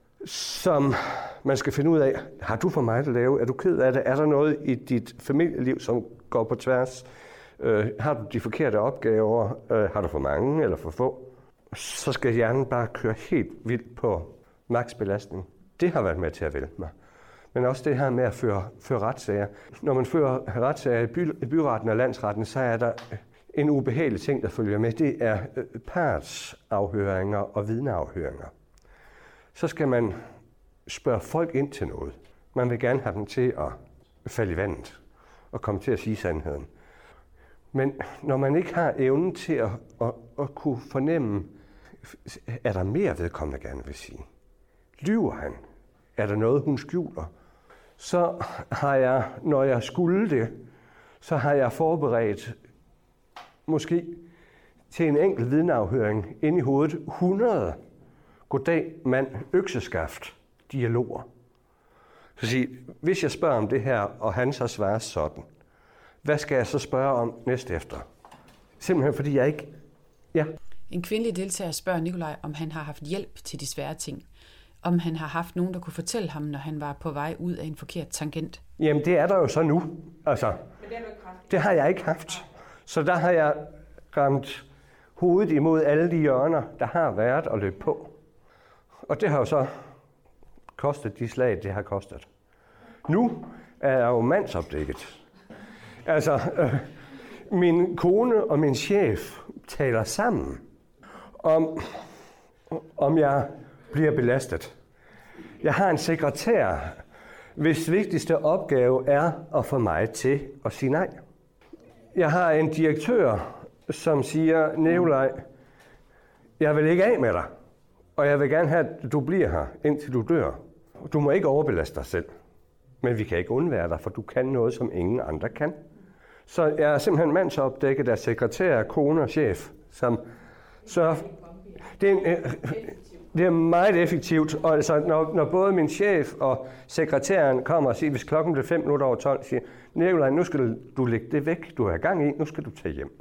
som man skal finde ud af, har du for meget at lave? Er du ked af det? Er der noget i dit familieliv, som går på tværs? Øh, har du de forkerte opgaver? Øh, har du for mange eller for få? Så skal hjernen bare køre helt vildt på maksbelastning. Det har været med til at vælte mig. Men også det her med at føre, føre retssager. Når man fører retssager i, by, i byretten og landsretten, så er der en ubehagelig ting, der følger med. Det er partsafhøringer og vidneafhøringer. Så skal man spørge folk ind til noget. Man vil gerne have dem til at falde i vandet og komme til at sige sandheden. Men når man ikke har evnen til at, at, at kunne fornemme, er der mere vedkommende gerne vil sige? Lyver han? Er der noget, hun skjuler? Så har jeg, når jeg skulle det, så har jeg forberedt måske til en enkelt vidneafhøring ind i hovedet hundrede goddag mand økseskaft dialoger. Så sige, hvis jeg spørger om det her, og han så svarer sådan, hvad skal jeg så spørge om næste efter? Simpelthen fordi jeg ikke... Ja. En kvindelig deltager spørger Nikolaj, om han har haft hjælp til de svære ting. Om han har haft nogen, der kunne fortælle ham, når han var på vej ud af en forkert tangent. Jamen, det er der jo så nu. Altså, Men det, har du ikke haft. Det har jeg ikke haft. Så der har jeg ramt hovedet imod alle de hjørner, der har været at løbe på. Og det har jo så kostet de slag, det har kostet. Nu er jeg jo mandsopdækket. Altså, øh, min kone og min chef taler sammen om, om jeg bliver belastet. Jeg har en sekretær, hvis vigtigste opgave er at få mig til at sige nej. Jeg har en direktør, som siger, Nikolaj, jeg vil ikke af med dig, og jeg vil gerne have, at du bliver her, indtil du dør. Du må ikke overbelaste dig selv, men vi kan ikke undvære dig, for du kan noget, som ingen andre kan. Så jeg er simpelthen mandsopdækket af sekretær, kone og chef, som sørger... Det er, en, det er meget effektivt, og altså, når, når både min chef og sekretæren kommer og siger, hvis klokken bliver fem minutter over tolv, siger, Nikolaj, nu skal du, du lægge det væk, du er i gang i, nu skal du tage hjem.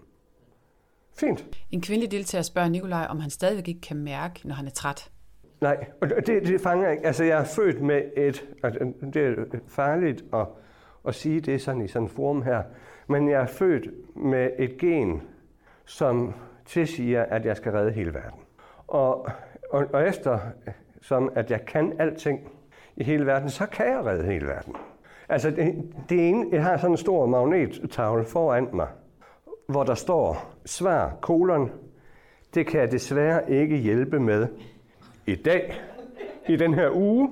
Fint. En kvindelig deltager spørger Nikolaj, om han stadigvæk ikke kan mærke, når han er træt. Nej, og det, det fanger ikke. Altså, jeg er født med et, det er farligt at, at sige det sådan i sådan en forum her, men jeg er født med et gen, som tilsiger, at jeg skal redde hele verden. Og, og, og efter, som at jeg kan alting i hele verden, så kan jeg redde hele verden. Altså, det, det ene, jeg har sådan en stor magnettavle foran mig, hvor der står, svar, kolon, det kan jeg desværre ikke hjælpe med i dag, i den her uge,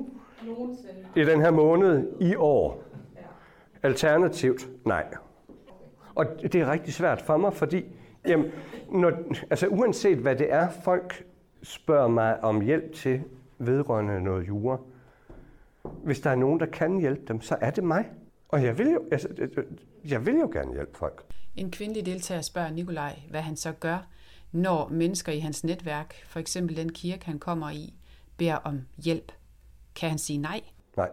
i den her måned, i år. Alternativt, nej. Og det er rigtig svært for mig, fordi jamen, når, altså, uanset hvad det er, folk spørger mig om hjælp til vedrørende noget jura. Hvis der er nogen, der kan hjælpe dem, så er det mig. Og jeg vil jo, altså, jeg vil jo gerne hjælpe folk. En kvindelig deltager spørger Nikolaj, hvad han så gør, når mennesker i hans netværk, for eksempel den kirke, han kommer i, beder om hjælp. Kan han sige nej? Nej.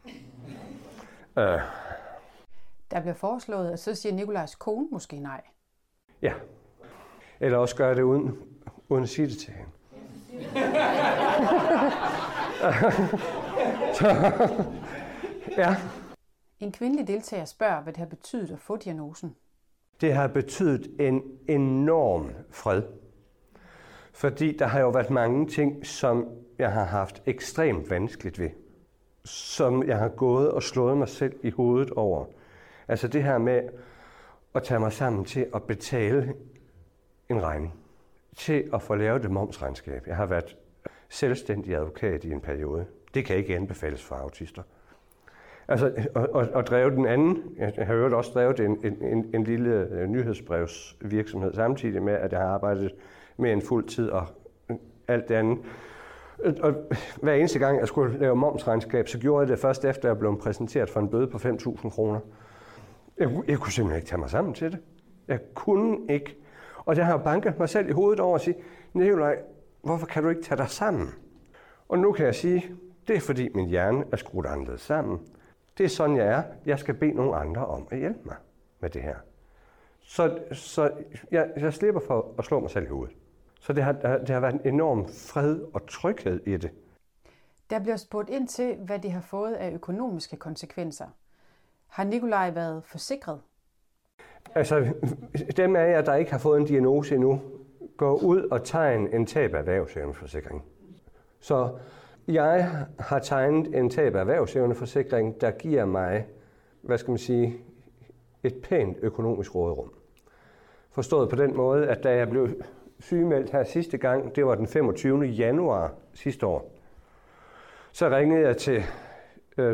Uh. Der bliver foreslået, at så siger Nikolajs kone måske nej. Ja. Eller også gør det uden, uden at sige det til hende. Ja. En kvindelig deltager spørger, hvad det har betydet at få diagnosen. Det har betydet en enorm fred. Fordi der har jo været mange ting, som jeg har haft ekstremt vanskeligt ved. Som jeg har gået og slået mig selv i hovedet over. Altså det her med at tage mig sammen til at betale en regning. Til at få lavet et momsregnskab. Jeg har været selvstændig advokat i en periode. Det kan ikke anbefales for autister. Altså, og, og, og drevet den anden, jeg har jo også drevet en, en, en lille nyhedsbrevsvirksomhed samtidig med, at jeg har arbejdet med en fuld tid og alt det andet. Og hver eneste gang, jeg skulle lave momsregnskab, så gjorde jeg det først efter, at jeg blev præsenteret for en bøde på fem tusind kroner. Jeg, jeg kunne simpelthen ikke tage mig sammen til det. Jeg kunne ikke. Og jeg har banket mig selv i hovedet over at sige, Nikolaj, hvorfor kan du ikke tage dig sammen? Og nu kan jeg sige, det er fordi min hjerne er skruet anderledes sammen. Det er sådan, jeg er. Jeg skal bede nogle andre om at hjælpe mig med det her. Så, så jeg, jeg slipper for at slå mig selv i hovedet. Så det har, det har været en enorm fred og tryghed i det. Der bliver spurgt ind til, hvad det har fået af økonomiske konsekvenser. Har Nikolaj været forsikret? Altså, dem af jer, der ikke har fået en diagnose endnu, går ud og tegn en tab af erhvervsevneforsikring. Så jeg har tegnet en tab af erhvervsevneforsikring, der giver mig, hvad skal man sige, et pænt økonomisk råderum. Forstået på den måde, at da jeg blev sygemeldt her sidste gang, det var den femogtyvende januar sidste år, så ringede jeg til øh,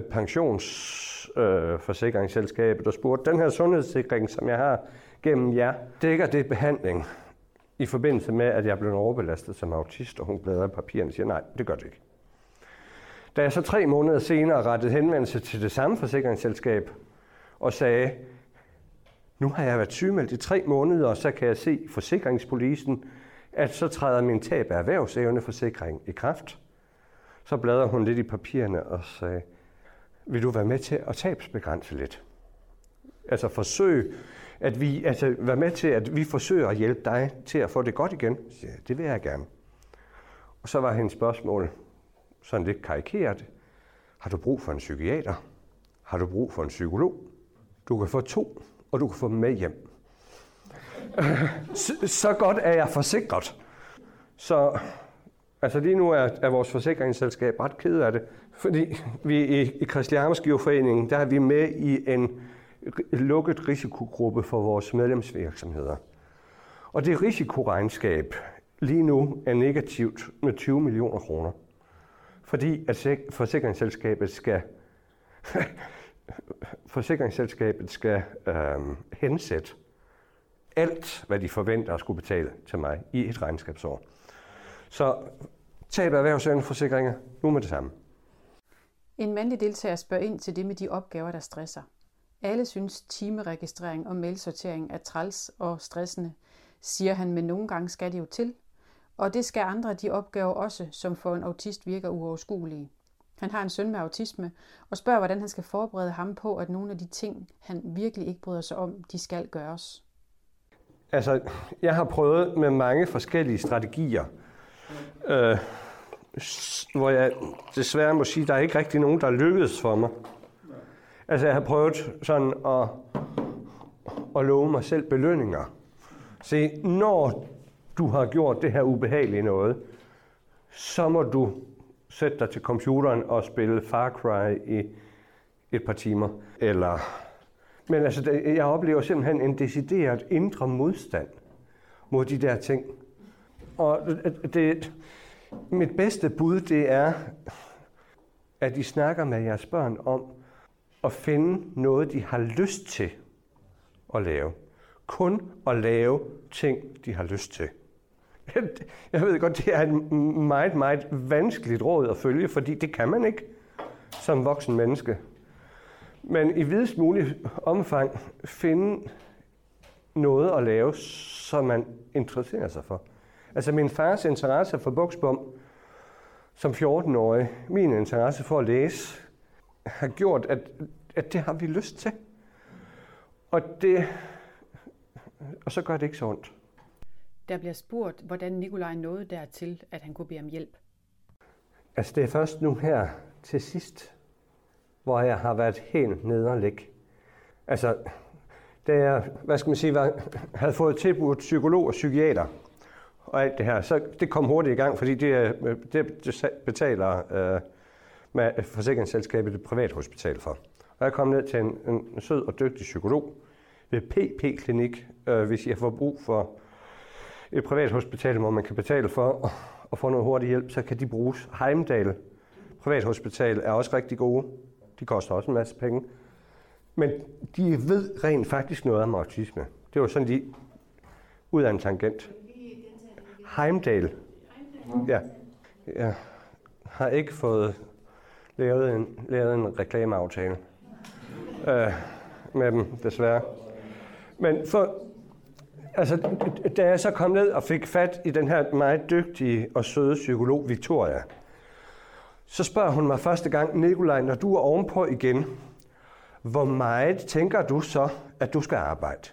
pensionsforsikringsselskabet øh, og spurgte, den her sundhedssikring, som jeg har gennem jer, dækker det behandling i forbindelse med, at jeg blev overbelastet som autist, og hun bladrer i papirerne og siger, nej, det gør det ikke. Da jeg så tre måneder senere rettede henvendelse til det samme forsikringsselskab og sagde, nu har jeg været sygemeldt i tre måneder, og så kan jeg se i forsikringspolisen, at så træder min tab af erhvervsevneforsikring i kraft. Så bladrer hun lidt i papirerne og sagde, vil du være med til at tabsbegrænse lidt? Altså forsøg, at vi, altså være med til, at vi forsøger at hjælpe dig til at få det godt igen. Så ja, det vil jeg gerne. Og så var hendes spørgsmål sådan lidt karikeret. Har du brug for en psykiater? Har du brug for en psykolog? Du kan få to, og du kan få dem med hjem. Så, så godt er jeg forsikret. Så altså lige nu er, er vores forsikringsselskab ret ked af det, fordi vi i, i Kristi Arbejdsgiverforeningen, der er vi med i en lukket risikogruppe for vores medlemsvirksomheder. Og det risikoregnskab lige nu er negativt med tyve millioner kroner. Fordi at forsikringsselskabet skal, forsikringsselskabet skal øhm, hensætte alt, hvad de forventer at skulle betale til mig i et regnskabsår. Så tab af erhvervsevneforsikringer, nu med det samme. En mandlig deltager spørger ind til det med de opgaver, der stresser. Alle synes timeregistrering og mailsortering er træls og stressende, siger han, men nogle gange skal det jo til. Og det skal andre af de opgaver også, som for en autist virker uoverskuelige. Han har en søn med autisme og spørger, hvordan han skal forberede ham på, at nogle af de ting, han virkelig ikke bryder sig om, de skal gøres. Altså, jeg har prøvet med mange forskellige strategier, øh, hvor jeg desværre må sige, at der er ikke rigtig nogen, der lykkedes for mig. Altså, jeg har prøvet sådan at, at love mig selv belønninger. Se, når du har gjort det her ubehagelige noget, så må du sætte dig til computeren og spille Far Cry i et par timer. Eller, men altså, jeg oplever simpelthen en decideret indre modstand mod de der ting. Og det, mit bedste bud, det er, at I snakker med jeres børn om at finde noget, de har lyst til at lave. Kun at lave ting, de har lyst til. Jeg ved godt, det er et meget, meget vanskeligt råd at følge, fordi det kan man ikke som voksen menneske. Men i videst mulig omfang finde noget at lave, som man interesserer sig for. Altså min fars interesse for buksbom som fjorten-årig, min interesse for at læse, har gjort, at, at det har vi lyst til. Og, det, og så gør det ikke så ondt. Der bliver spurgt, hvordan Nikolaj nåede dertil, at han kunne bede om hjælp. Altså det er først nu her, til sidst, hvor jeg har været helt nederlig. Altså, da jeg, hvad skal man sige, var, havde fået tilbudt psykolog og psykiater og alt det her, så det kom hurtigt i gang, fordi det, det betaler øh, med forsikringsselskabet et privathospital for. Og jeg kom ned til en, en sød og dygtig psykolog ved P P-klinik, øh, hvis jeg får brug for et privathospital, hvor man kan betale for at få noget hurtig hjælp, så kan de bruges. Heimdal Privathospital er også rigtig gode. De koster også en masse penge. Men de ved rent faktisk noget om autisme. Det var sådan, de ud af en tangent. Heimdal. Ja. Jeg har ikke fået lavet en, lavet en reklameaftale øh, med dem, desværre. Men for, altså, da jeg så kom ned og fik fat i den her meget dygtige og søde psykolog, Victoria, så spørger hun mig første gang, Nikolaj, når du er ovenpå igen, hvor meget tænker du så, at du skal arbejde?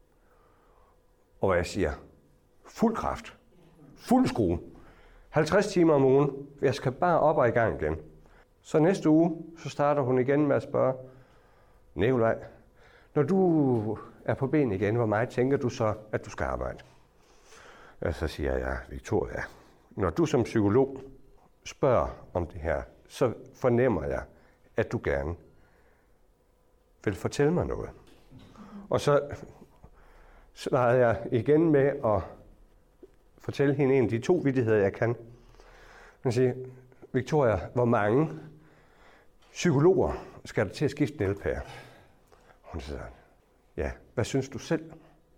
Og jeg siger, fuld kraft, fuld skrue, halvtreds timer om ugen, jeg skal bare op og i gang igen. Så næste uge, så starter hun igen med at spørge, Nikolaj, når du er på ben igen, hvor meget tænker du så, at du skal arbejde? Og så siger jeg, Victoria, når du som psykolog spørger om det her, så fornemmer jeg, at du gerne vil fortælle mig noget. Og så svarede jeg igen med at fortælle hende en af de to vittigheder, jeg kan. Jeg siger, Victoria, hvor mange psykologer skal der til at skifte en elpære? Hun siger, ja, hvad synes du selv?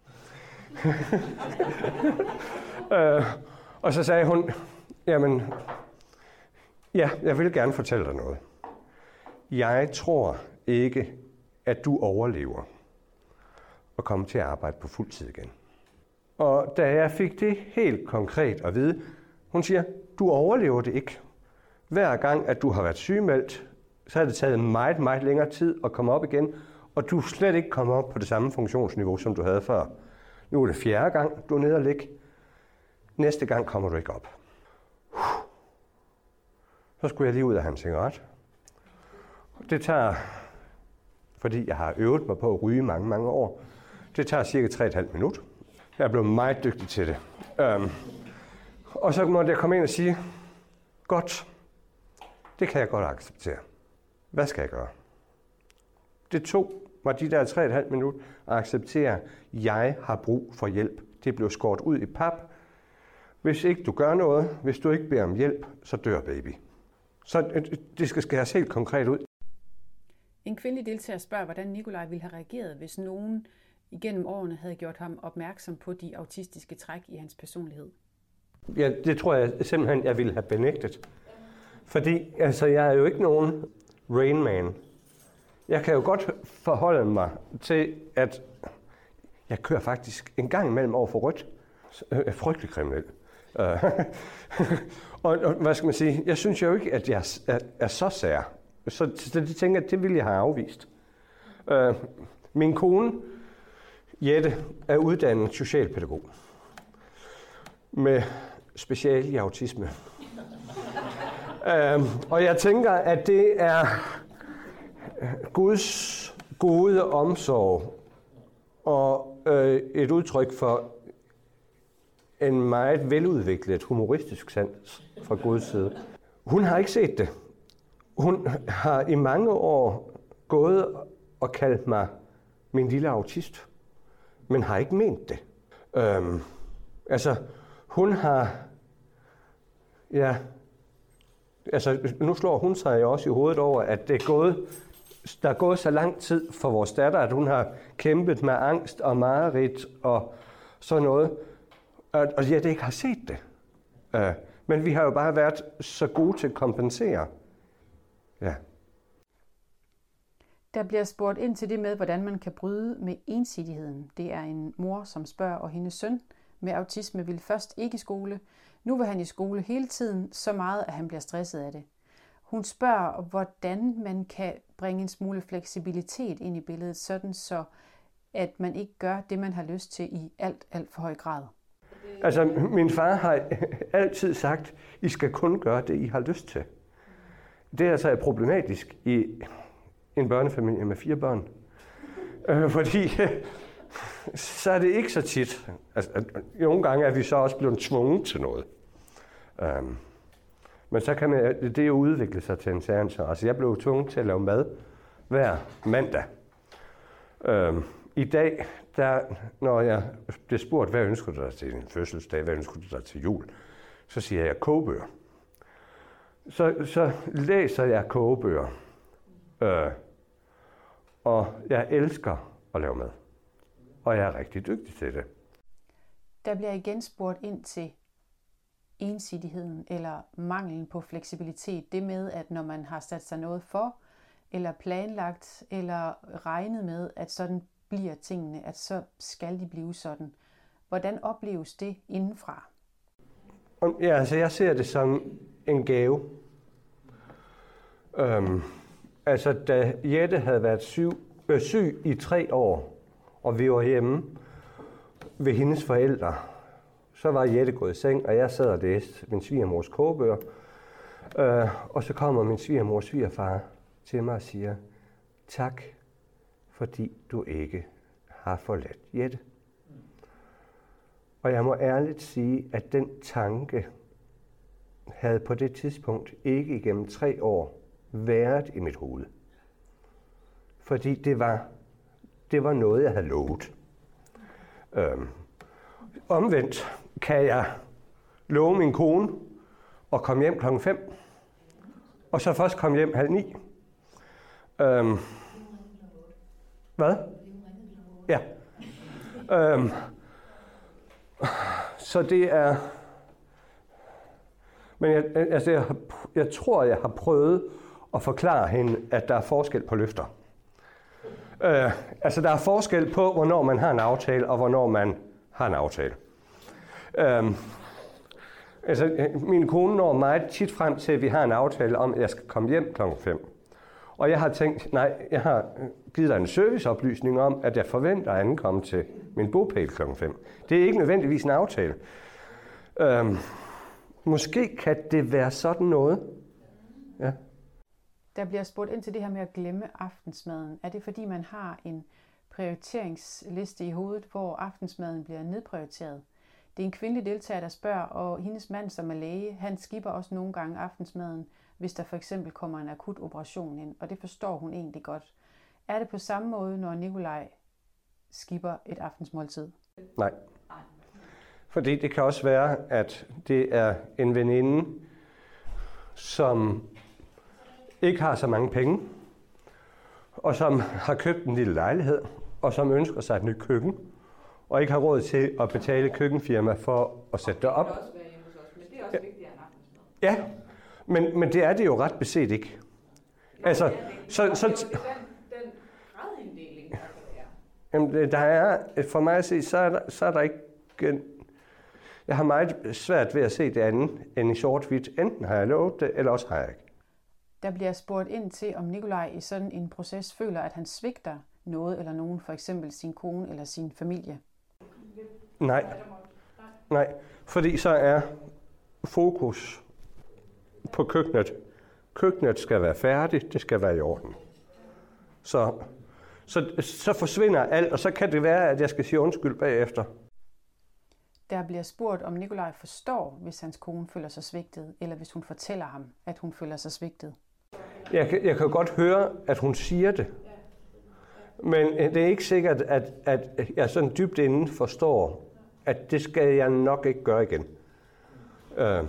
øh, og så sagde hun, jamen, ja, jeg vil gerne fortælle dig noget. Jeg tror ikke, at du overlever og kommer til at arbejde på fuld tid igen. Og da jeg fik det helt konkret at vide, hun siger, du overlever det ikke. Hver gang, at du har været sygemeldt, så har det taget meget, meget længere tid at komme op igen, og du er slet ikke kommet op på det samme funktionsniveau, som du havde før. Nu er det fjerde gang, du er nede og ligge. Næste gang kommer du ikke op. Så skulle jeg lige ud af hans cigaret. Det tager, fordi jeg har øvet mig på at ryge mange, mange år, det tager cirka tre komma fem minut. Jeg er blevet meget dygtig til det. Øhm, og så måtte jeg komme ind og sige, godt, det kan jeg godt acceptere. Hvad skal jeg gøre? Det tog mig de der tre komma fem minut at acceptere, at jeg har brug for hjælp. Det blev skåret ud i pap. Hvis ikke du gør noget, hvis du ikke beder om hjælp, så dør baby. Så det skal skæres helt konkret ud. En kvindelig deltager spørger, hvordan Nikolaj ville have reageret, hvis nogen igennem årene havde gjort ham opmærksom på de autistiske træk i hans personlighed. Ja, det tror jeg simpelthen, jeg ville have benægtet. Fordi altså, jeg er jo ikke nogen Rain Man. Jeg kan jo godt forholde mig til, at jeg kører faktisk en gang imellem over for rødt. Øh, frygtelig kriminel. Øh, og, og hvad skal man sige? Jeg synes jo ikke, at jeg er, er så sær. Så, så de tænker, at det ville jeg have afvist. Øh, min kone, Jette, er uddannet socialpædagog med speciale i autisme. øh, og jeg tænker, at det er Guds gode omsorg og øh, et udtryk for en meget veludviklet humoristisk sans fra Guds side. Hun har ikke set det. Hun har i mange år gået og kaldt mig min lille autist, men har ikke ment det. Øhm, altså, hun har, ja, altså nu slår hun sig jo også i hovedet over, at det er gået, der er gået så lang tid for vores datter, at hun har kæmpet med angst og mareridt og sådan noget, og, og jeg ikke har set det. Øh, men vi har jo bare været så gode til at kompensere. Ja. Der bliver spurgt ind til det med, hvordan man kan bryde med ensidigheden. Det er en mor, som spørger, og hendes søn med autisme vil først ikke i skole. Nu vil han i skole hele tiden, så meget, at han bliver stresset af det. Hun spørger, hvordan man kan bringe en smule fleksibilitet ind i billedet, sådan så, at man ikke gør det, man har lyst til i alt, alt for høj grad. Altså, min far har altid sagt, I skal kun gøre det, I har lyst til. det er altså problematisk i en børnefamilie med fire børn. Øh, fordi så er det ikke så tit. Altså, nogle gange er vi så også blevet tvunget til noget. Um, men så kan man, det jo udvikle sig til en særinteresse. Altså, jeg blev tvunget til at lave mad hver mandag. Um, I dag, der, når jeg bliver spurgt, hvad ønsker du dig til din fødselsdag, hvad ønsker du dig til jul, så siger jeg kogebøger. Så, så læser jeg kogebøger. Uh, og jeg elsker at lave mad. Og jeg er rigtig dygtig til det. Der bliver igen spurgt ind til ensidigheden eller manglen på fleksibilitet. Det med, at når man har sat sig noget for, eller planlagt, eller regnet med, at sådan bliver tingene, at så skal de blive sådan. Hvordan opleves det indenfra? Ja, altså jeg ser det som en gave. Øhm, altså da Jette havde været syg, øh, syg i tre år, og vi var hjemme ved hendes forældre, så var Jette gået i seng, og jeg sad og læste min svigermors kogebøger. Øh, og så kommer min svigermors svigerfar til mig og siger, tak, fordi du ikke har forladt Jette. Og jeg må ærligt sige, at den tanke havde på det tidspunkt ikke igennem tre år været i mit hoved. Fordi det var, det var noget, jeg havde lovet. Øhm, omvendt kan jeg love min kone at komme hjem klokken fem, og så først komme hjem halv ni. Øhm, hvad? Ja. Øhm, så det er... Men jeg, altså jeg, jeg tror, jeg har prøvet at forklare hende, at der er forskel på løfter. Øh, altså der er forskel på, hvornår man har en aftale, og hvornår man har en aftale. Øh, altså min kone når meget tit frem til, at vi har en aftale om, at jeg skal komme hjem klokken fem. Og jeg har tænkt, nej, jeg har givet dig en serviceoplysning om, at jeg forventer at ankomme til min bopæl klokken fem. Det er ikke nødvendigvis en aftale. Øh, måske kan det være sådan noget. Ja. Der bliver spurgt ind til det her med at glemme aftensmaden. Er det fordi, man har en prioriteringsliste i hovedet, hvor aftensmaden bliver nedprioriteret? Det er en kvindelig deltager, der spørger, og hendes mand, som er læge, han skipper også nogle gange aftensmaden, hvis der for eksempel kommer en akut operation ind, og det forstår hun egentlig godt. Er det på samme måde, når Nikolaj skipper et aftensmåltid? Nej. Fordi det kan også være, at det er en veninde, som ikke har så mange penge, og som har købt en lille lejlighed, og som ønsker sig et nyt køkken, og ikke har råd til at betale køkkenfirma for at sætte det op. Det kan også være hjemme hos os, men det er også vigtigt at aftensmad. Ja, men, men det er det jo ret beset ikke. Altså, ja, det, så, det, så, det er den, den gradinddeling, der kan være. Jamen, der er, for mig at se, så er der, så er der ikke... Jeg har meget svært ved at se det andet end i sort-hvidt. Enten har jeg lovet det, eller også har jeg ikke. Der bliver spurgt ind til, om Nikolaj i sådan en proces føler, at han svigter noget eller nogen, for eksempel sin kone eller sin familie. Nej. Nej, fordi så er fokus på køkkenet. Køkkenet skal være færdigt, det skal være i orden. Så, så, så forsvinder alt, og så kan det være, at jeg skal sige undskyld bagefter. Der bliver spurgt, om Nikolaj forstår, hvis hans kone føler sig svigtet, eller hvis hun fortæller ham, at hun føler sig svigtet. Jeg kan, jeg kan godt høre, at hun siger det. Men det er ikke sikkert, at, at jeg sådan dybt inden forstår, at det skal jeg nok ikke gøre igen. Uh,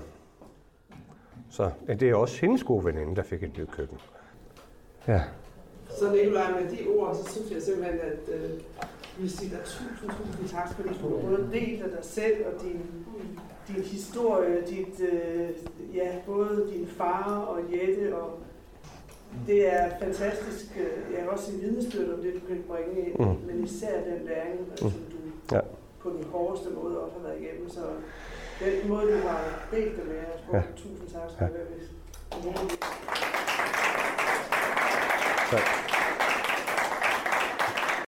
så det er også hendes gode veninde, der fik et nyt køkken. Ja. Så Nikolaj, med de ord, så synes jeg simpelthen, at øh, vi siger dig tusind, tusind tak, fordi du både deler dig selv og din, din historie, dit, øh, ja, både din far og Jette, og det er fantastisk. Jeg kan også sige vidnesbyrd om det, du kan bringe ind, mm. men især den læring, mm. som du ja. på den hårdeste måde også har været igennem. Så den måde, du har delt det med os, ja. tusind tak skal du have. Tak.